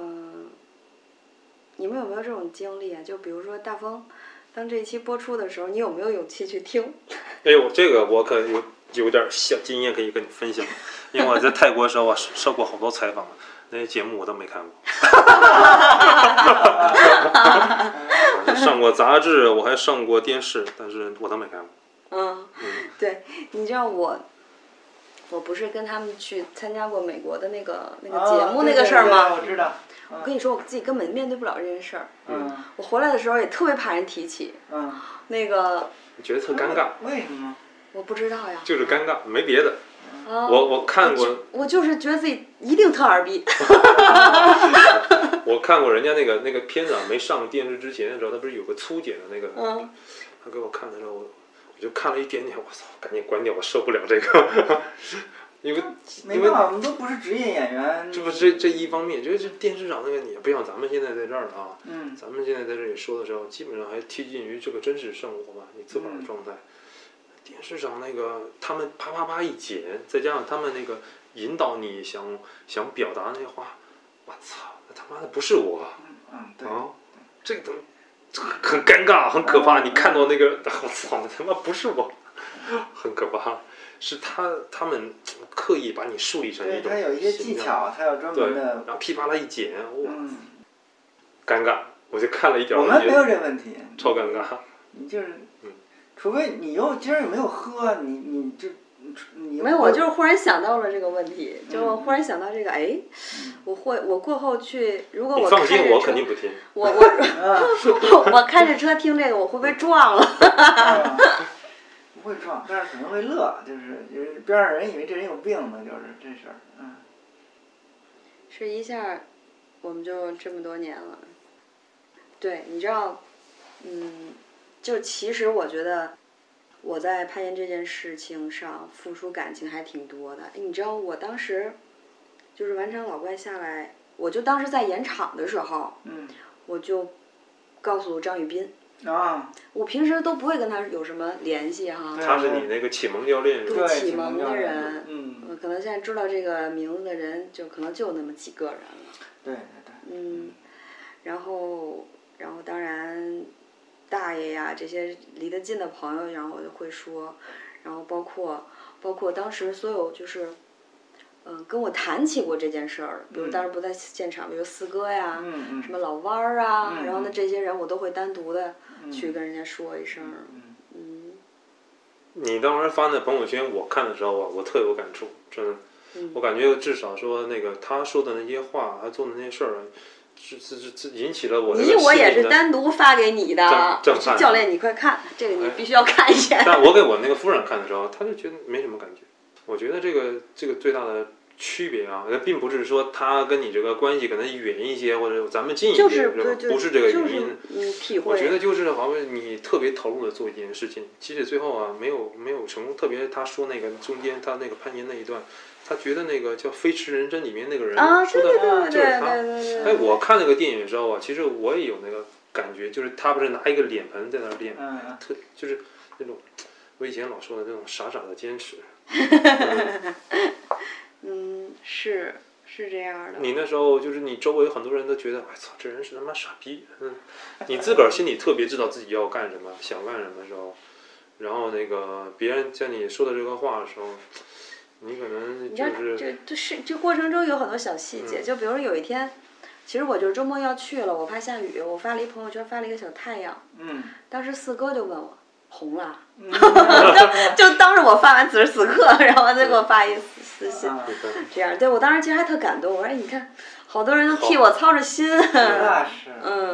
你们有没有这种经历啊？就比如说大风，当这一期播出的时候，你有没有勇气去听？ 这个我可有点小经验可以跟你分享，因为我在泰国的时候受过好多采访，那些节目我都没看过。上过杂志，我还上过电视，但是我都没看过。 对，你知道我不是跟他们去参加过美国的那个节目那个事儿吗？ 我知道。 我跟你说，我自己根本面对不了这件事儿。我回来的时候也特别怕人提起。那个。 你觉得特尴尬？ 为什么？ 我不知道呀。 就是尴尬，没别的。我看过。 我就是觉得自己一定特二逼。 我看过人家那个片子没上电视之前的时候，他不是有个粗剪的那个？他给我看的时候，我就看了一点点，我操，赶紧关掉，我受不了这个。因为没办法，我们都不是职业演员。 这不是这一方面，就是电视上那个你不像咱们现在在这儿啊，咱们现在在这里说的时候，基本上还贴近于这个真实生活吧，你自个儿的状态。电视上那个他们啪啪啪一剪，再加上他们那个引导你想表达那话，我操，那他妈的不是我。 对。 这个很尴尬，很可怕。你看到那个，我操，那他妈不是我，很可怕。是他们刻意把你树立成一种， 他有一些技巧，他有专门的， 然后噼啪啦一剪，哇，尴尬，我就看了一点。 我们没有这问题， 超尴尬。 你就是，除非你今儿有没有喝，你没有，我就是忽然想到了这个问题，就忽然想到这个，我过后去，如果我开着车，你放心，我肯定不听。 我开着车听这个，我会不会撞了？ 不会撞，但是可能会乐，就是边上人以为这人有病呢，就是这事儿， 是一下，我们就这么多年了。对，你知道，就其实我觉得我在攀岩这件事情上付出感情还挺多的。你知道我当时就是完成老怪下来，我就当时在岩场的时候，我就告诉张宇斌。我平时都不会跟他有什么联系哈。 他是你那个启蒙教练， 对启蒙的人， 可能现在知道这个名字的人就可能就那么几个人了。 对。 然后当然大爷呀这些离得近的朋友，然后就会说，然后包括当时所有就是跟我谈起过这件事儿，比如当时不在现场，比如四哥呀，什么老弯儿啊，然后呢这些人我都会单独的去跟人家说一声。 你当时发那朋友圈，我看的时候啊，我特有感触，真的，我感觉至少说那个他说的那些话，他做的那些事儿，引起了我的。 我也是单独发给你的，教练你快看，这个你必须要看一眼。 但我给我那个夫人看的时候，她就觉得没什么感觉。我觉得这个最大的区别啊，并不是说他跟你这个关系可能远一些，或者咱们近一些，不是这个原因。 体会。 我觉得就是好像你特别投入的做一件事情，即使最后啊没有成功，特别他说那个中间他那个攀岩那一段，他觉得那个叫《飞驰人生》里面那个人说的就是他。哎，我看那个电影的时候啊，其实我也有那个感觉，就是他不是拿一个脸盆在那练，就是那种我以前老说的那种傻傻的坚持。是这样的。你那时候就是你周围很多人都觉得，哎操，这人是他妈傻逼。你自个儿心里特别知道自己要干什么，想干什么的时候，然后那个别人在你说的这个话的时候，你可能就是这过程中有很多小细节，就比如有一天，其实我就是周末要去了，我怕下雨，我发了一朋友圈，发了一个小太阳。当时四哥就问我。红了，就当着我发完此时此刻，然后他就给我发一私信，这样对我当时其实还特感动。我说你看，好多人都替我操着心。 那是，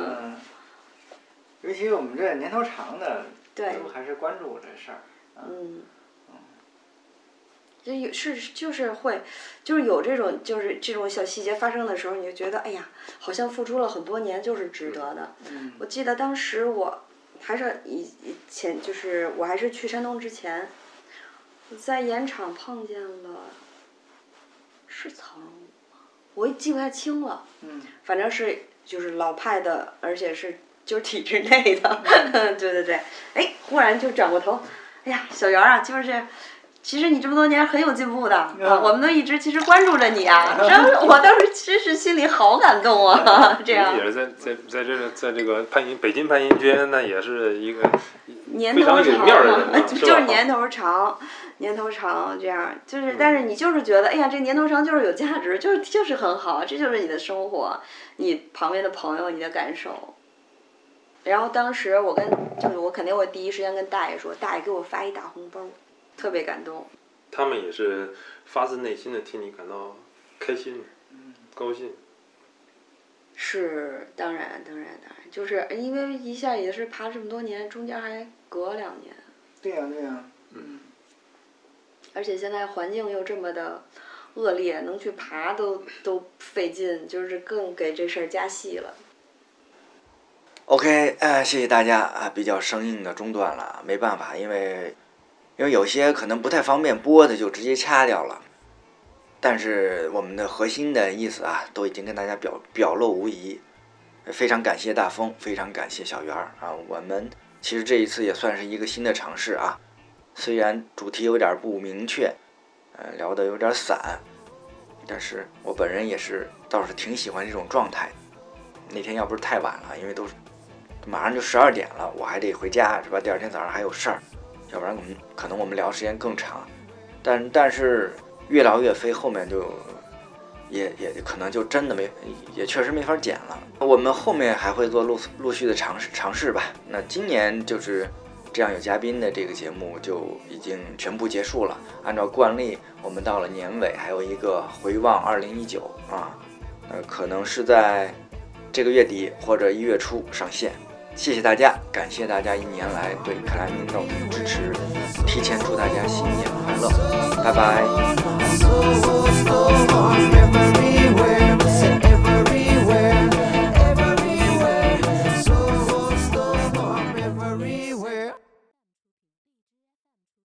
尤其我们这年头长的，都还是关注这事儿。 就是会，就是有这种小细节发生的时候，你就觉得哎呀，好像付出了很多年就是值得的。我记得当时我。还是就是我还是去山东之前，在盐场碰见了，是曹，我记不太清了。反正是就是老派的，而且是就是体制内的。对。哎，忽然就转过头，哎呀，小袁啊，就是。其实你这么多年很有进步的，我们都一直其实关注着你啊，我当时其实心里好感动啊，这样。 也是在这个北京攀岩圈，那也是一个年头长嘛，就是年头长这样，就是但是你就是觉得，哎呀，这年头长就是有价值，就是很好，这就是你的生活，你旁边的朋友，你的感受。然后当时我肯定会第一时间跟大爷说，大爷给我发一大红包。特别感动， 他们也是发自内心的替你感到开心，高兴。 是，当然，就是因为一下也是爬这么多年，中间还隔2年。 对呀。 而且现在环境又这么的恶劣，能去爬都费劲，就是更给这事儿加戏了。 OK， 谢谢大家啊，比较生硬的中断了，没办法，因为有些可能不太方便播的就直接掐掉了，但是我们的核心的意思啊都已经跟大家表露无遗。非常感谢大风，非常感谢小袁啊，我们其实这一次也算是一个新的尝试啊，虽然主题有点不明确，聊得有点散，但是我本人也是倒是挺喜欢这种状态。那天要不是太晚了，因为都马上就12点了，我还得回家是吧？第二天早上还有事儿，要不然可能我们聊时间更长。但是越聊越飞，后面就也可能就真的也确实没法剪了。我们后面还会做陆续的尝试吧。那今年就是这样有嘉宾的这个节目就已经全部结束了。按照惯例，我们到了年尾还有一个回望2019啊，可能是在这个月底或者1月初上线。谢谢大家，感谢大家1年来对克莱明运动的支持，提前祝大家新年快乐，拜拜。